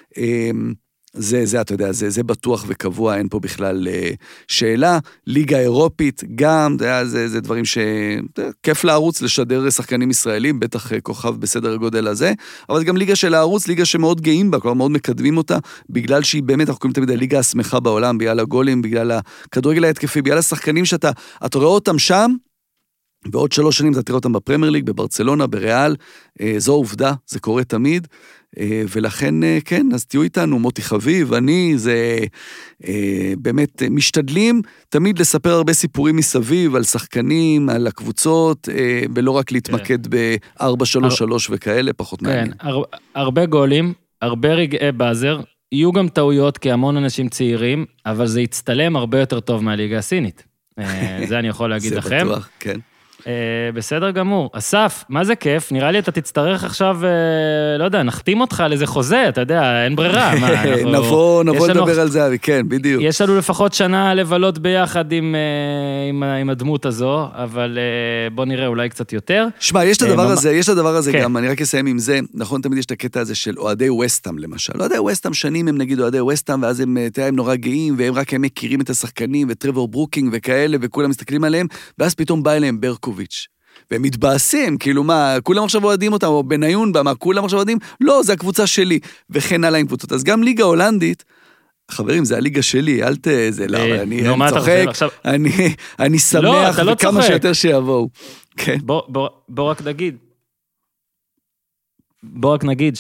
זה, זה, אתה יודע, זה, זה בטוח וקבוע, אין פה בכלל שאלה. ליגה אירופית, גם, זה, זה, זה דברים שכיף לערוץ לשדר שחקנים ישראלים, בטח כוכב בסדר הגודל הזה, אבל זה גם ליגה של הערוץ, ליגה שמאוד גאים בה, כבר מאוד מקדמים אותה, בגלל שהיא באמת, אנחנו קוראים תמיד הליגה השמחה בעולם, בגלל הגולים, בגלל הכדורגל ההתקפי, בגלל השחקנים שאתה, אתה רואה אותם שם, ועוד שלוש שנים אתה תראה אותם בפרמייר ליג, בברצלונה, בריאל, זו עובדה, זה קורה תמיד, ולכן, כן, אז תהיו איתנו, מוטי חביב, אני, זה באמת משתדלים תמיד לספר הרבה סיפורים מסביב, על שחקנים, על הקבוצות, ולא רק להתמקד ב-ארבע שלוש שלוש וכאלה, פחות מעניין. כן, הרבה גולים, הרבה רגעי בזר, יהיו גם טעויות כהמון אנשים צעירים, אבל זה יצטלם הרבה יותר טוב מהליגה הסינית. זה אני יכול להגיד לכם. זה בטוח, כן. בסדר גמור. אסף, מה זה כיף? נראה לי אתה תצטרך עכשיו, לא יודע, נחתים אותך על איזה חוזה, אתה יודע, אין ברירה. נבוא, נבוא לדבר על זה, כן, בדיוק. יש לנו לפחות שנה לבלות ביחד עם הדמות הזו, אבל בוא נראה אולי קצת יותר. שמע, יש את הדבר הזה, יש את הדבר הזה גם, אני רק אסיים עם זה, נכון, תמיד יש את הקטע הזה של אוהדי ווסטהאם, למשל. אוהדי ווסטהאם שנים הם נגיד אוהדי ווסטהאם, ואז הם נורא גאים, והם רק הם מכירים את השחקנים, וטרוור ברוקינג וכאלה, וכולם מסתכלים עליהם, ואז פתאום בא אליהם ברקוביץ'. והם מתבאסים, כאילו מה, כולם עכשיו אוהדים אותם, או בניון, מה, כולם עכשיו אוהדים? לא, זה הקבוצה שלי, וכן הלאה עם קבוצות. אז גם ליגה הולנדית, חברים, זה הליגה שלי, אל ת... זה לא, אני צוחק, אני שמח, וכמה שיותר שיבואו. בוא רק נגיד, בוא רק נגיד,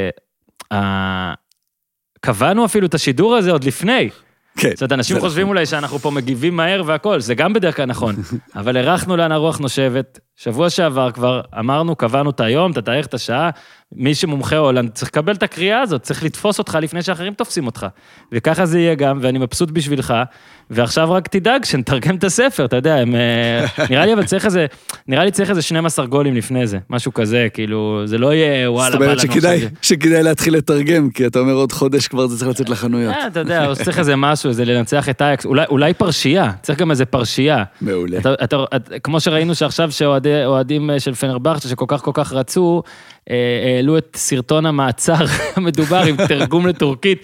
שקבענו אפילו את השידור הזה עוד לפני, זאת אומרת, אנשים חושבים אולי שאנחנו פה מגיבים מהר והכל, זה גם בדרך כלל נכון, אבל ערכנו לאן הרוח נושבת, שבוע שעבר כבר אמרנו, קבענו את היום, אתה תאריך את השעה, מי שמומחה הולנד צריך לקבל את הקריאה הזאת, צריך לתפוס אותך לפני שאחרים תופסים אותך, וככה זה יהיה גם, ואני מבסוט בשבילך, ועכשיו רק תדאג שנתרגם את הספר, אתה יודע, הם, נראה לי אבל צריך איזה, נראה לי צריך איזה שנים עשר גולים לפני זה, משהו כזה, כאילו, זה לא יהיה וואלה. זאת אומרת שכדאי, שכדאי להתחיל לתרגם, כי אתה אומר עוד חודש כבר זה צריך לצאת לחנויות. אתה יודע, או צריך איזה משהו, איזה לנצח את אייקס, אולי, אולי פרשייה, צריך גם איזה פרשייה. מעולה. אתה, אתה, אתה, כמו שראינו שעכשיו שאוהדים של פנרבכצ'ה שכל כך כל כך רצו, העלו את סרטון המעצר המדובר עם תרגום לטורקית.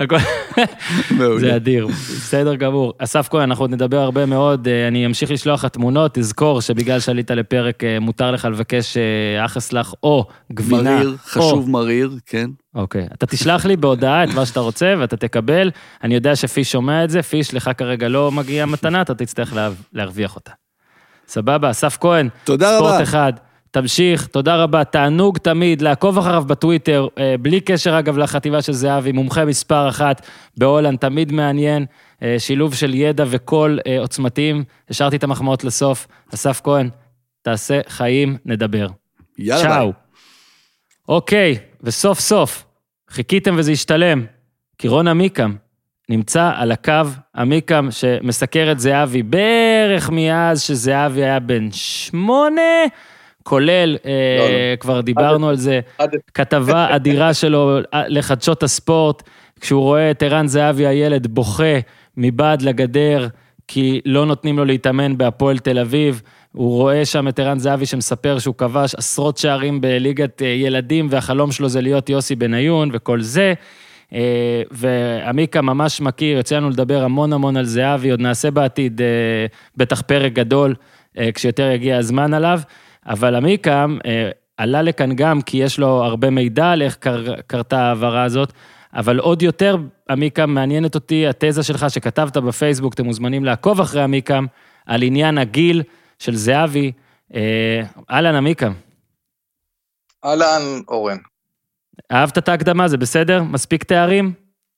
זה אדיר, בסדר גמור. אסף כהן, אנחנו עוד נדבר הרבה מאוד, אני אמשיך לשלוח התמונות, תזכור שבגלל שעלית לפרק מותר לך לבקש אחס לך או גבינה. מריר, חשוב מריר, כן. אוקיי, אתה תשלח לי בהודעה את מה שאתה רוצה ואתה תקבל, אני יודע שפיש שומע את זה, פיש לך כרגע לא מגיעה מתנה, אתה תצטרך להרוויח אותה. סבבה, אסף כהן, תודה ספורט רבה. אחד. תמשיך, תודה רבה, תענוג תמיד, לעקוב אחריו בטוויטר, בלי קשר אגב לחטיבה של זהבי, מומחה מספר אחת בהולנד, תמיד מעניין, שילוב של ידע וקול עוצמתיים, השארתי את המחמאות לסוף, אסף כהן, תעשה חיים, נדבר. יאללה צ'או. אוקיי, וסוף סוף, חיכיתם וזה השתלם, כי רון עמיקם נמצא על הקו, עמיקם שמסקר את זהבי, בערך מאז שזהבי היה בן שמונה, כולל, כבר דיברנו על זה, כתבה אדירה שלו לחדשות הספורט, כשהוא רואה את ערן זהבי הילד בוכה מבעד לגדר, כי לא נותנים לו להתאמן בהפועל תל אביב, הוא רואה שם את ערן זהבי שמספר שהוא כבש עשרות שערים בליגת ילדים, והחלום שלו זה להיות יוסי בניון וכל זה, ועמיקה ממש מכיר, יוצא לנו לדבר המון המון על זהבי, עוד נעשה בעתיד בטח פרק גדול, כשיותר יגיע הזמן עליו, אבל עמיקה עלה לכאן גם כי יש לו הרבה מידע על איך קרתה העברה הזאת, אבל עוד יותר עמיקה מעניינת אותי התזה שלך שכתבת בפייסבוק, אתם מוזמנים לעקוב אחרי עמיקה, על עניין הגיל של זהבי, אהלן עמיקה. אהלן אורן. אהבת את ההקדמה, זה בסדר? מספיק תארים?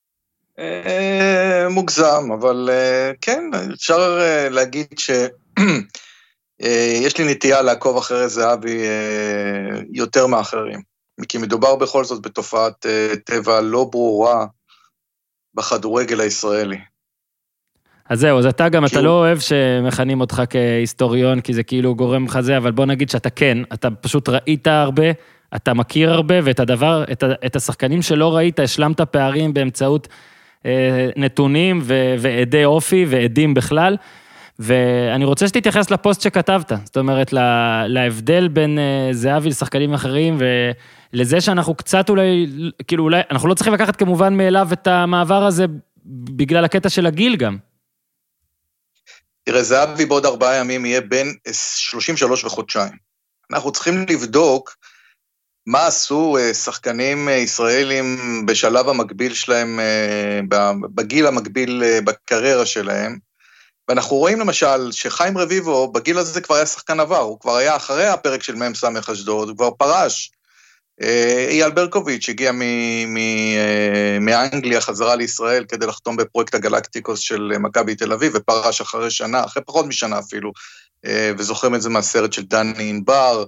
מוגזם, אבל כן, אפשר להגיד ש... יש לי נטייה לעקוב אחרי זהבי יותר מאחרים, כי מדובר בכל זאת בתופעת טבע לא ברורה בכדורגל הישראלי. אז זהו, אז אתה גם, אתה לא אוהב שמכנים אותך כהיסטוריון, כי זה כאילו גורם לך זה, אבל בוא נגיד שאתה כן, אתה פשוט ראית הרבה, אתה מכיר הרבה, ואת הדבר, את, את השחקנים שלא ראית, השלמת פערים באמצעות אה, נתונים ו, ועדי אופי ועדים בכלל, ואני רוצה שתתייחס לפוסט שכתבת, זאת אומרת, לה, להבדל בין אה, זהבי לשחקנים אחרים, ולזה שאנחנו קצת אולי, כאילו אולי, אנחנו לא צריכים לקחת כמובן מאליו את המעבר הזה, בגלל הקטע של הגיל גם. תראה, זהבי בעוד ארבעה ימים יהיה בין שלושים ושלוש וחודשיים. אנחנו צריכים לבדוק מה עשו שחקנים ישראלים בשלב המקביל שלהם, בגיל המקביל בקריירה שלהם, ואנחנו רואים למשל שחיים רביבו בגיל הזה כבר היה שחקן עבר, הוא כבר היה אחרי הפרק של מם סמך אשדוד, הוא כבר פרש. אייל ברקוביץ' הגיע מאנגליה חזרה לישראל כדי לחתום בפרויקט הגלקטיקוס של מכבי תל אביב, ופרש אחרי שנה, אחרי פחות משנה אפילו, וזוכרים את זה מהסרט של דני ענבר.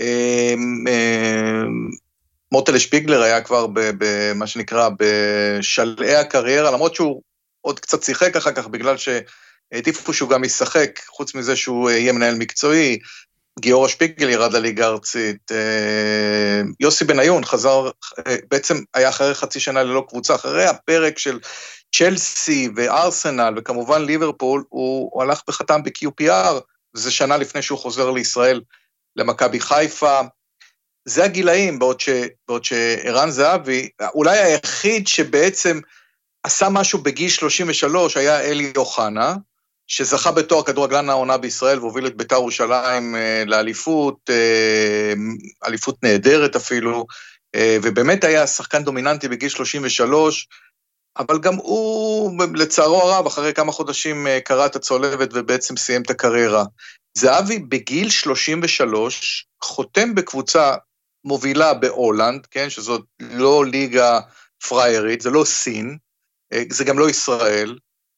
מוטלה שפיגלר היה כבר במה שנקרא בשלעי הקריירה, למרות שהוא עוד קצת שיחק אחר כך, בגלל שהעדיפו שהוא גם ישחק, חוץ מזה שהוא יהיה מנהל מקצועי. גיורא שפיגל ירד לליגה הארצית, יוסי בניון חזר, בעצם היה אחרי חצי שנה ללא קבוצה, אחרי הפרק של צ'לסי וארסנל, וכמובן ליברפול, הוא, הוא הלך בחתם ב-קיו פי אר, וזה שנה לפני שהוא חוזר לישראל, למכבי חיפה. זה הגילאים, בעוד, ש, בעוד שערן זהבי, אולי היחיד שבעצם עשה משהו בגיל שלושים ושלוש, היה אלי אוחנה, שזכה בתואר כדורגלן העונה בישראל, והוביל את בית"ר ירושלים לאליפות, אליפות נהדרת אפילו, ובאמת היה שחקן דומיננטי בגיל שלושים ושלוש, אבל גם הוא, לצערו הרב, אחרי כמה חודשים קרא את הצולבת, ובעצם סיים את הקריירה. זהבי בגיל שלושים ושלוש, חותם בקבוצה מובילה בהולנד, כן, שזאת לא ליגה פריירית, זה לא סין, זה גם לא ישראל,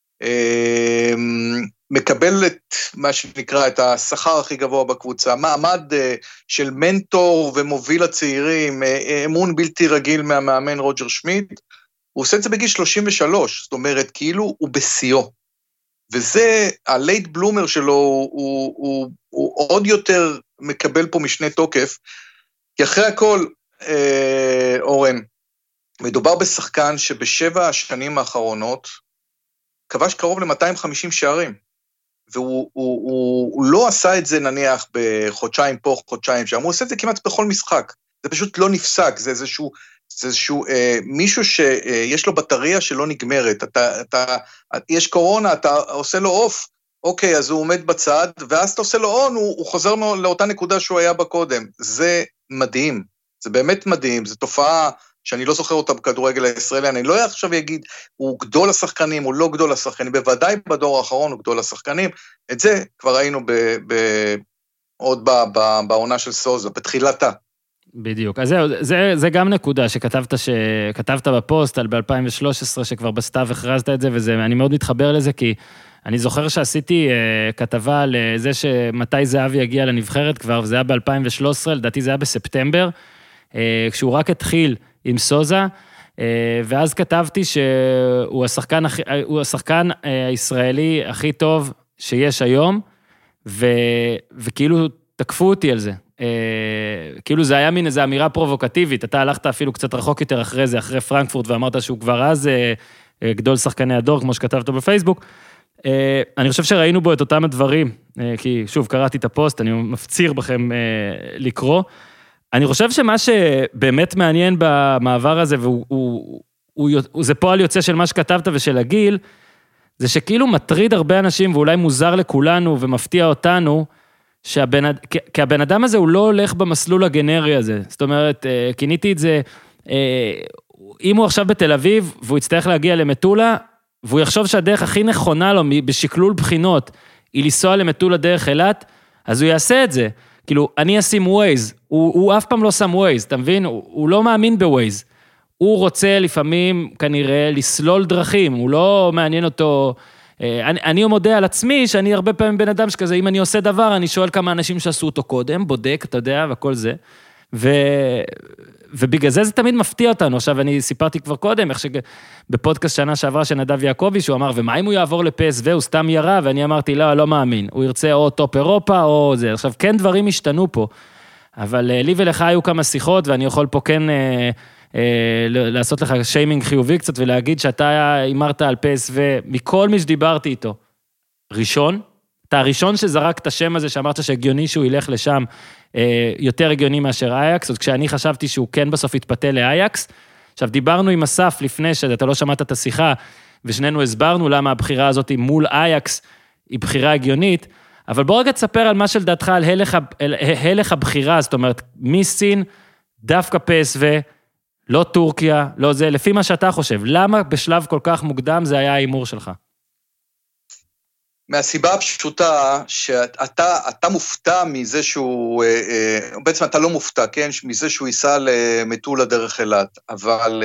מקבל את מה שנקרא, את השכר הכי גבוה בקבוצה, מעמד של מנטור ומוביל הצעירים, אמון בלתי רגיל מהמאמן רוג'ר שמיט, הוא עושה את זה בגיל שלושים ושלוש, זאת אומרת, כאילו הוא בשיאו, וזה, הלייט בלומר שלו, הוא, הוא, הוא, הוא עוד יותר מקבל פה משנה תוקף, כי אחרי הכל, אה, אורן, מדובר בשחקן שבשבע השנים האחרונות, כבש קרוב ל-מאתיים וחמישים שערים, והוא הוא, הוא, הוא לא עשה את זה נניח בחודשיים פה, חודשיים שם, הוא עושה את זה כמעט בכל משחק, זה פשוט לא נפסק, זה איזשהו, זה איזשהו אה, מישהו שיש לו בטריה שלא נגמרת, אתה, אתה, יש קורונה, אתה עושה לו אוף, אוקיי, אז הוא עומד בצד, ואז אתה עושה לו און, הוא, הוא חוזר לאותה נקודה שהוא היה בה קודם, זה מדהים, זה באמת מדהים, זה תופעה, שאני לא זוכר אותה בכדורגל הישראלי, אני לא עכשיו אגיד, הוא גדול השחקנים, הוא לא גדול השחקנים, בוודאי בדור האחרון הוא גדול השחקנים, את זה כבר ראינו ב, ב, עוד ב, ב, בעונה של סוזה, בתחילתה. בדיוק, אז זהו, זה, זה גם נקודה שכתבת, שכתבת בפוסט על ב-אלפיים ושלוש עשרה, שכבר בסתיו הכרזת את זה, ואני מאוד מתחבר לזה, כי אני זוכר שעשיתי uh, כתבה לזה שמתי זהבי יגיע לנבחרת כבר, וזה היה ב-אלפיים ושלוש עשרה, לדעתי זה היה בספטמבר, uh, כשהוא רק התחיל עם סוזה, ואז כתבתי שהוא השחקן, הוא השחקן הישראלי הכי טוב שיש היום, ו, וכאילו תקפו אותי על זה. כאילו זה היה מין איזו אמירה פרובוקטיבית, אתה הלכת אפילו קצת רחוק יותר אחרי זה, אחרי פרנקפורט, ואמרת שהוא כבר אז גדול שחקני הדור, כמו שכתבת בפייסבוק. אני חושב שראינו בו את אותם הדברים, כי שוב, קראתי את הפוסט, אני מפציר בכם לקרוא, אני חושב שמה שבאמת מעניין במעבר הזה, והוא, הוא, הוא, הוא, זה פועל יוצא של מה שכתבת ושל הגיל, זה שכאילו מטריד הרבה אנשים, ואולי מוזר לכולנו ומפתיע אותנו, שהבן, כי הבן אדם הזה הוא לא הולך במסלול הגנרי הזה. זאת אומרת, כיניתי את זה, אם הוא עכשיו בתל אביב, והוא יצטרך להגיע למטולה, והוא יחשוב שהדרך הכי נכונה לו, בשקלול בחינות, היא לנסוע למטולה דרך אילת, אז הוא יעשה את זה. כאילו, אני אשים ווייז, הוא, הוא אף פעם לא שם ווייז, אתה מבין? הוא, הוא לא מאמין בווייז. הוא רוצה לפעמים, כנראה, לסלול דרכים, הוא לא מעניין אותו. אני, אני מודה על עצמי, שאני הרבה פעמים בן אדם שכזה, אם אני עושה דבר, אני שואל כמה אנשים שעשו אותו קודם, בודק, אתה יודע, וכל זה. ו... ובגלל זה זה תמיד מפתיע אותנו. עכשיו, אני סיפרתי כבר קודם, איך שבפודקאסט שנה שעברה של נדב יעקבי, שהוא אמר, ומה אם הוא יעבור ל-פי אס וי, הוא סתם ירה, ואני אמרתי, לא, לא מאמין. הוא ירצה או טופ אירופה, או זה. עכשיו, כן, דברים השתנו פה, אבל לי ולך היו כמה שיחות, ואני יכול פה כן אה, אה, לעשות לך שיימינג חיובי קצת, ולהגיד שאתה אמרת על פי אס וי, מכל מי שדיברתי איתו, ראשון, אתה הראשון שזרק את השם הזה, שאמרת שהגיוני שהוא ילך לשם, יותר הגיוני מאשר אייקס, עוד כשאני חשבתי שהוא כן בסוף יתפתה לאייקס. עכשיו, דיברנו עם אסף לפני שאתה לא שמעת את השיחה, ושנינו הסברנו למה הבחירה הזאת מול אייקס היא בחירה הגיונית, אבל בוא רגע תספר על מה שלדעתך על הלך, הלך הבחירה, זאת אומרת, מסין, דווקא פי אס וי, לא טורקיה, לא זה, לפי מה שאתה חושב, למה בשלב כל כך מוקדם זה היה האימור שלך? מהסיבה הפשוטה שאתה אתה מופתע מזה שהוא, בעצם אתה לא מופתע, כן? מזה שהוא ייסע למטולה דרך אילת, אבל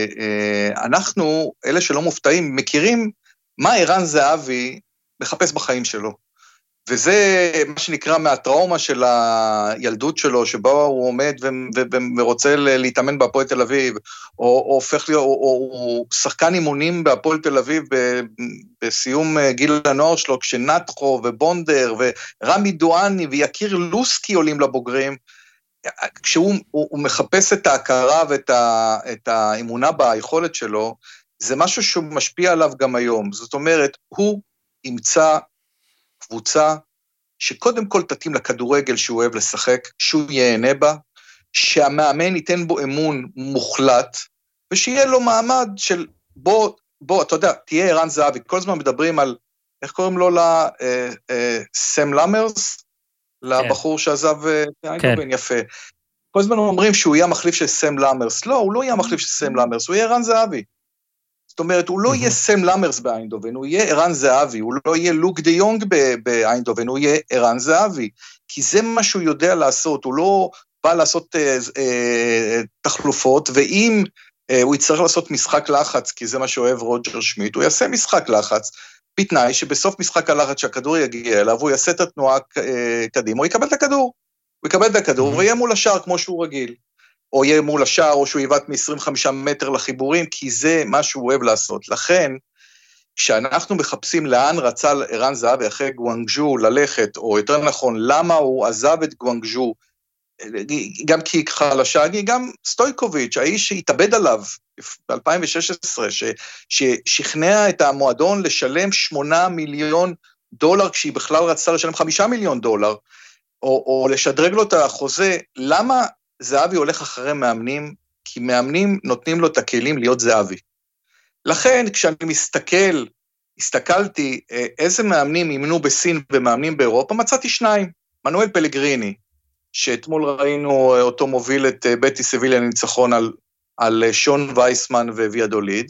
אנחנו, אלה שלא מופתעים, מכירים מה ערן זהבי מחפש בחיים שלו. וזה מה שנקרא מהטראומה של הילדות שלו, שבה הוא עומד ורוצה להתאמן בהפועל תל אביב, או, או הופך להיות, או, או, או שחקן אימונים בהפועל תל אביב בסיום גיל הנוער שלו, כשנתחו ובונדר ורמי דואני ויקיר לוסקי עולים לבוגרים, כשהוא הוא, הוא מחפש את ההכרה ואת ה, את האמונה ביכולת שלו, זה משהו שהוא משפיע עליו גם היום. זאת אומרת, הוא ימצא קבוצה שקודם כל תתאים לכדורגל שהוא אוהב לשחק, שהוא ייהנה בה, שהמאמן ייתן בו אמון מוחלט, ושיהיה לו מעמד של בוא, בוא, אתה יודע, תהיה ערן זהבי, כל הזמן מדברים על, איך קוראים לו לה, אה, אה, סם למרס, לבחור שעזב איינדובן, יפה. כל הזמן אומרים שהוא יהיה המחליף של סם למרס, לא, הוא לא יהיה המחליף של סם למרס, הוא יהיה ערן זהבי. זאת אומרת, הוא לא יהיה סם למרס באיינדובן, הוא יהיה ערן זהבי, הוא לא יהיה לוק דה יונג באיינדובן, הוא יהיה ערן זהבי, כי זה מה שהוא יודע לעשות, הוא לא בא לעשות אה, אה, תחלופות, ואם אה, הוא יצטרך לעשות משחק לחץ, כי זה מה שאוהב רוג'ר שמיט, הוא יעשה משחק לחץ, בתנאי שבסוף משחק הלחץ שהכדור יגיע אליו, הוא יעשה את התנועה אה, קדימה, הוא יקבל את הכדור, הוא יקבל את הכדור, ויהיה מול השאר כמו שהוא רגיל. או יהיה מול השער, או שהוא יבט מ-עשרים וחמישה מטר לחיבורים, כי זה מה שהוא אוהב לעשות. לכן, כשאנחנו מחפשים לאן רצה ערן זהבי אחרי גואנגז'ו ללכת, או יותר נכון, למה הוא עזב את גואנגז'ו, גם כי היא חלשה, גם סטויקוביץ', האיש שהתאבד עליו ב-אלפיים ושש עשרה, ששכנע את המועדון לשלם שמונה מיליון דולר, כשהיא בכלל רצתה לשלם חמישה מיליון דולר, או, או לשדרג לו את החוזה, למה זהבי הולך אחרי מאמנים, כי מאמנים נותנים לו את הכלים להיות זהבי. לכן, כשאני מסתכל, הסתכלתי איזה מאמנים אימנו בסין ומאמנים באירופה, מצאתי שניים. מנואל פלגריני, שאתמול ראינו אותו מוביל את בטי סביליה ניצחון על, על שון וייסמן וויאדוליד,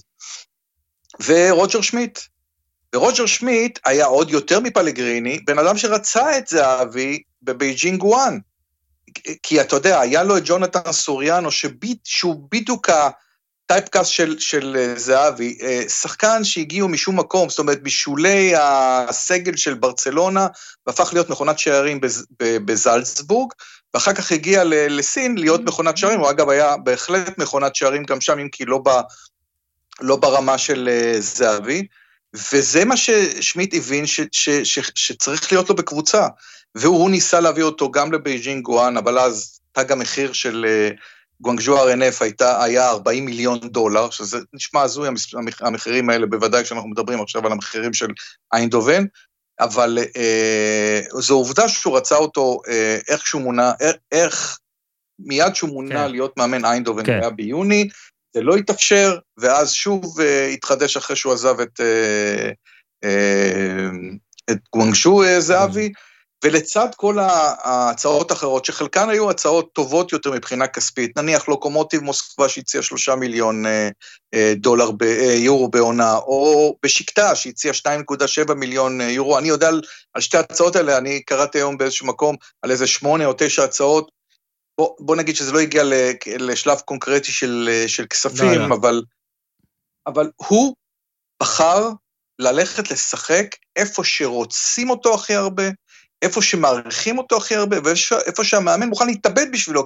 ורוג'ר שמיט. ורוג'ר שמיט היה עוד יותר מפלגריני, בן אדם שרצה את זהבי בבייג'ינג וואן. כי אתה יודע, היה לו את ג'ונתן סוריאנו, שביט, שהוא בדיוק הטייפקאסט של, של זהבי, שחקן שהגיעו משום מקום, זאת אומרת, בשולי הסגל של ברצלונה, והפך להיות מכונת שערים בזלצבורג, ואחר כך הגיע לסין להיות מכונת שערים, הוא אגב היה בהחלט מכונת שערים גם שם, אם כי לא, ב, לא ברמה של זהבי, וזה מה ששמיט הבין ש, ש, ש, שצריך להיות לו בקבוצה, והוא ניסה להביא אותו גם לבייג'ינג גואן, אבל אז תג המחיר של גואנגז'ו אר אן אף היה ארבעים מיליון דולר, שזה נשמע הזוי המחירים האלה, בוודאי כשאנחנו מדברים עכשיו על המחירים של איינדובן, אבל אה, זו עובדה שהוא רצה אותו אה, איך שהוא מונה, איך, איך מיד שהוא מונה כן. להיות מאמן איינדובן, כן. היה ביוני, זה לא התאפשר, ואז שוב אה, התחדש אחרי שהוא עזב את, אה, אה, את גואנגז'ו אה, זהבי, ולצד כל ההצעות האחרות, שחלקן היו הצעות טובות יותר מבחינה כספית, נניח לוקומוטיב מוסקבה שהציע שלושה מיליון דולר, יורו בעונה, או בשקטה שהציע שתיים נקודה שבע מיליון יורו, אני יודע על, על שתי הצעות האלה, אני קראתי היום באיזשהו מקום, על איזה שמונה או תשע הצעות, בוא, בוא נגיד שזה לא הגיע לשלב קונקרטי של, של כספים, לא, לא. אבל, אבל הוא בחר ללכת לשחק איפה שרוצים אותו הכי הרבה, איפה שמעריכים אותו הכי הרבה, ואיפה שהמאמן מוכן להתאבד בשבילו, כי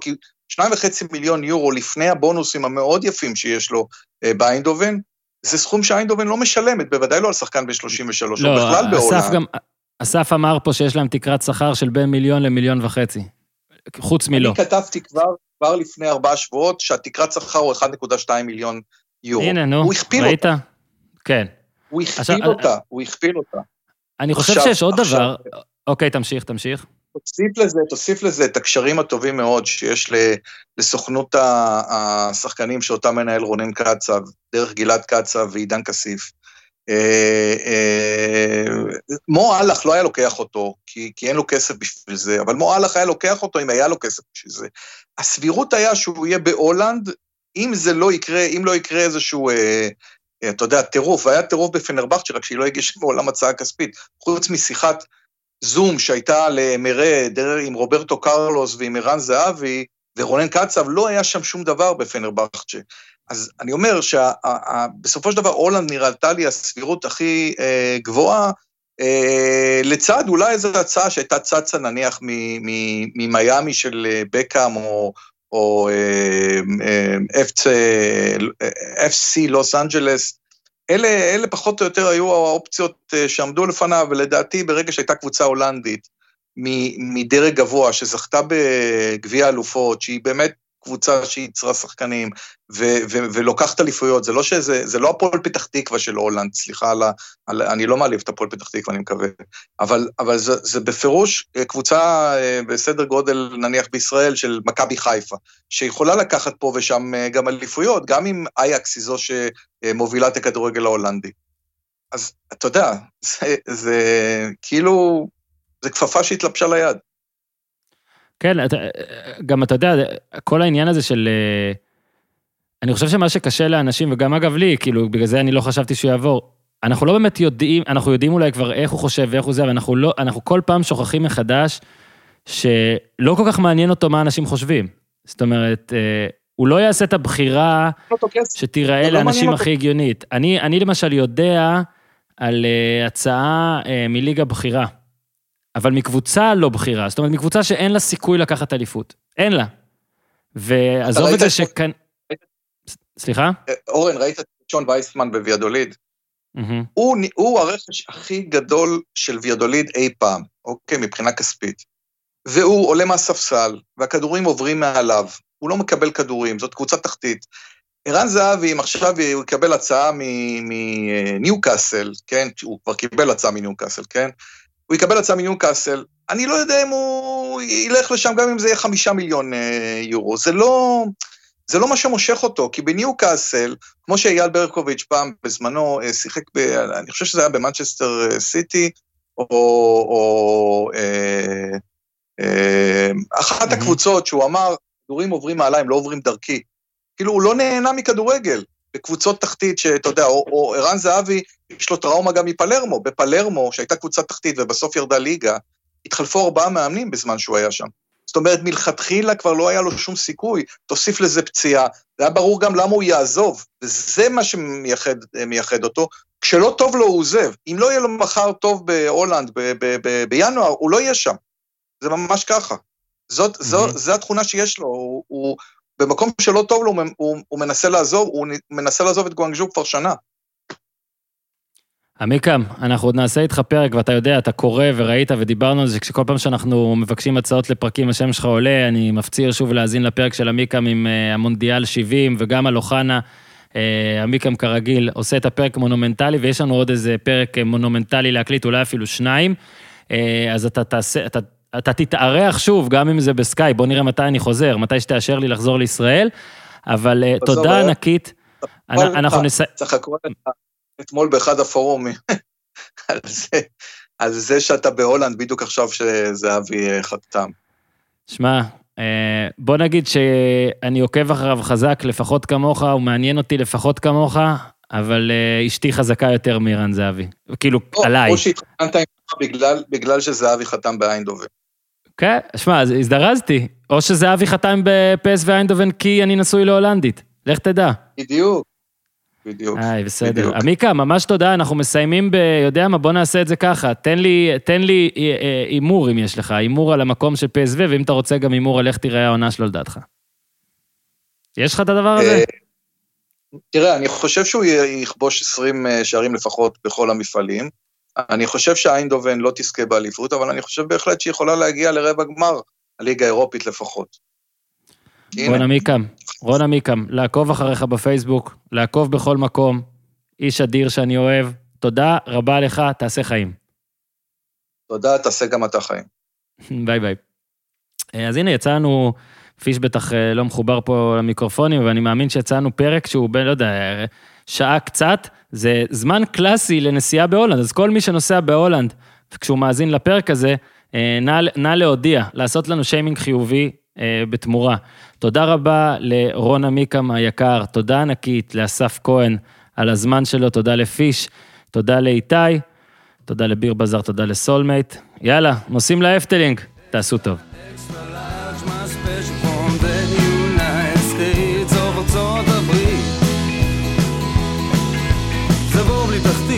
שניים וחצי מיליון יורו לפני הבונוסים המאוד יפים שיש לו באיינדובן, זה סכום שהאיינדובן לא משלמת, בוודאי לא על שחקן ב-שלושים ושלוש, לא, או בכלל בהולנד. גם, אסף אמר פה שיש להם תקרת שכר של בין מיליון למיליון וחצי, חוץ מלא. אני כתבתי כבר, כבר לפני ארבעה שבועות, שהתקרת שכר הוא אחד נקודה שתיים מיליון יורו. הנה, נו, הוא הכפיל ראית? אותה. כן. הוא הכפיל אותה, הוא הכפיל אותה. אני חושב עכשיו, שיש עוד עכשיו, דבר, אוקיי, תמשיך, תמשיך. תוסיף לזה, תוסיף לזה את הקשרים הטובים מאוד שיש לסוכנות השחקנים שאותה מנהל רונן קצב, דרך גלעד קצב ועידן כסיף. מו הלך לא היה לוקח אותו, כי, כי אין לו כסף בשביל זה, אבל מו הלך היה לוקח אותו אם היה לו כסף בשביל זה. הסבירות היה שהוא יהיה בהולנד, אם זה לא יקרה, אם לא יקרה איזשהו, אתה יודע, טירוף, והיה טירוף בפנרבכצ'ה, רק שהיא לא הגישה מעולם הצעה כספית, חוץ משיחת זום שהייתה למראה עם רוברטו קרלוס ועם ערן זהבי, ורונן קצב, לא היה שם שום דבר בפנרבכצ'ה. אז אני אומר שבסופו של דבר הולנד נראתה לי הסבירות הכי גבוהה, לצד אולי איזו הצעה שהייתה צצה נניח ממיימי של בקאם או אף סי לוס אנג'לס, אלה, אלה פחות או יותר היו האופציות שעמדו לפניו, ולדעתי ברגע שהייתה קבוצה הולנדית מדרג גבוה, שזכתה בגביע אלופות, שהיא באמת קבוצה שיצרה שחקנים, ו- ו- ולוקחת אליפויות, זה לא שזה, זה לא הפועל פתח תקווה של הולנד, סליחה, על, על, אני לא מעליב את הפועל פתח תקווה, אני מקווה, אבל, אבל זה, זה בפירוש קבוצה בסדר גודל, נניח בישראל, של מכבי חיפה, שיכולה לקחת פה ושם גם אליפויות, גם אם אייקס היא זו שמובילה את הכדורגל ההולנדי. אז אתה יודע, זה, זה כאילו, זה כפפה שהתלבשה ליד. כן, גם אתה יודע, כל העניין הזה של, אני חושב שמה שקשה לאנשים, וגם אגב לי, כאילו, בגלל זה אני לא חשבתי שהוא יעבור, אנחנו לא באמת יודעים, אנחנו יודעים אולי כבר איך הוא חושב ואיך הוא זה, אבל אנחנו לא, אנחנו כל פעם שוכחים מחדש, שלא כל כך מעניין אותו מה אנשים חושבים. זאת אומרת, הוא לא יעשה את הבחירה, שתיראה לאנשים הכי הגיונית. אני, אני למשל יודע, על הצעה מליגה בחירה. אבל מקבוצה לא בחירה, זאת אומרת, מקבוצה שאין לה סיכוי לקחת אליפות. אין לה. ועזוב את זה שכאן... סליחה? אורן, ראית את שון וייסמן בוויאדוליד? הוא הרכש הכי גדול של ויאדוליד אי פעם, אוקיי, מבחינה כספית. והוא עולה מהספסל, והכדורים עוברים מעליו. הוא לא מקבל כדורים, זאת קבוצה תחתית. ערן זהבי, אם עכשיו הוא יקבל הצעה מניוקאסל, כן? הוא כבר קיבל הצעה מניוקאסל, כן? הוא יקבל הצעה מניוקאסל, אני לא יודע אם הוא ילך לשם, גם אם זה יהיה חמישה מיליון יורו, זה לא, זה לא מה שמושך אותו, כי בניוקאסל, כמו שאייל ברקוביץ' פעם בזמנו שיחק, ב, אני חושב שזה היה במנצ'סטר סיטי, או, או אה, אה, אחת הקבוצות שהוא אמר, כדורים עוברים מעליים, לא עוברים דרכי, כאילו הוא לא נהנה מכדורגל, בקבוצות תחתית שאתה יודע, או, או ערן זהבי, יש לו טראומה גם מפלרמו, בפלרמו, שהייתה קבוצה תחתית ובסוף ירדה ליגה, התחלפו ארבעה מאמנים בזמן שהוא היה שם. זאת אומרת, מלכתחילה כבר לא היה לו שום סיכוי, תוסיף לזה פציעה, זה היה ברור גם למה הוא יעזוב, וזה מה שמייחד אותו, כשלא טוב לו הוא עוזב, אם לא יהיה לו מחר טוב בהולנד, ב- ב- ב- בינואר, הוא לא יהיה שם, זה ממש ככה, זאת, mm-hmm. זו, זו התכונה שיש לו, הוא, הוא במקום שלא טוב לו, הוא, הוא מנסה לעזוב, הוא מנסה לעזוב את גואנגז'ו כבר שנה. עמיקם, אנחנו עוד נעשה איתך פרק, ואתה יודע, אתה קורא וראית ודיברנו על זה, שכל פעם שאנחנו מבקשים הצעות לפרקים, השם שלך עולה, אני מפציר שוב להאזין לפרק של עמיקם עם המונדיאל שבעים, וגם על אוחנה, עמיקם כרגיל, עושה את הפרק מונומנטלי, ויש לנו עוד איזה פרק מונומנטלי להקליט, אולי אפילו שניים, אז אתה תעשה, אתה, אתה תתארח שוב, גם אם זה בסקאי, בוא נראה מתי אני חוזר, מתי שתאשר לי לחזור לישראל, אבל תודה ענקית, אנחנו נסיים. צריך לקרוא אתמול באחד הפורומים, על זה, על זה שאתה בהולנד, בדיוק עכשיו שזהבי חתם. שמע, בוא נגיד שאני עוקב אחריו חזק, לפחות כמוך, הוא מעניין אותי לפחות כמוך, אבל אשתי חזקה יותר מאירן זהבי, כאילו עליי. או שהתחתנת בגלל, בגלל שזהבי חתם באיינדובן. כן, שמע, הזדרזתי, או שזהבי חתם בפס ואיינדובן כי אני נשוי להולנדית, לך תדע. בדיוק. בדיוק. איי, בסדר. עמיקה, ממש תודה, אנחנו מסיימים ב... יודע מה, בוא נעשה את זה ככה, תן לי, תן לי אימור אם יש לך, אימור על המקום של פס ו, ואם אתה רוצה גם אימור על איך תראה העונה שלו לדעתך. יש לך את הדבר הזה? תראה, אני חושב שהוא יכבוש עשרים שערים לפחות בכל המפעלים. אני חושב שהאיינדובן לא תזכה באליפות, אבל אני חושב בהחלט שהיא יכולה להגיע לרבע גמר, הליגה האירופית לפחות. רון עמיקם, רון עמיקם, לעקוב אחריך בפייסבוק, לעקוב בכל מקום, איש אדיר שאני אוהב, תודה רבה לך, תעשה חיים. תודה, תעשה גם אתה חיים. ביי ביי. אז הנה, יצאנו, פיש בטח לא מחובר פה למיקרופונים, ואני מאמין שיצאנו פרק שהוא, לא יודע, שעה קצת, זה זמן קלאסי לנסיעה בהולנד, אז כל מי שנוסע בהולנד, כשהוא מאזין לפרק הזה, נא, נא להודיע, לעשות לנו שיימינג חיובי בתמורה. תודה רבה לרון עמיקם היקר, תודה ענקית לאסף כהן על הזמן שלו, תודה לפיש, תודה לאיתי, תודה לביר בזר, תודה לסולמייט. יאללה, נוסעים לאפטלינג, תעשו טוב. זה בור בלי תחתית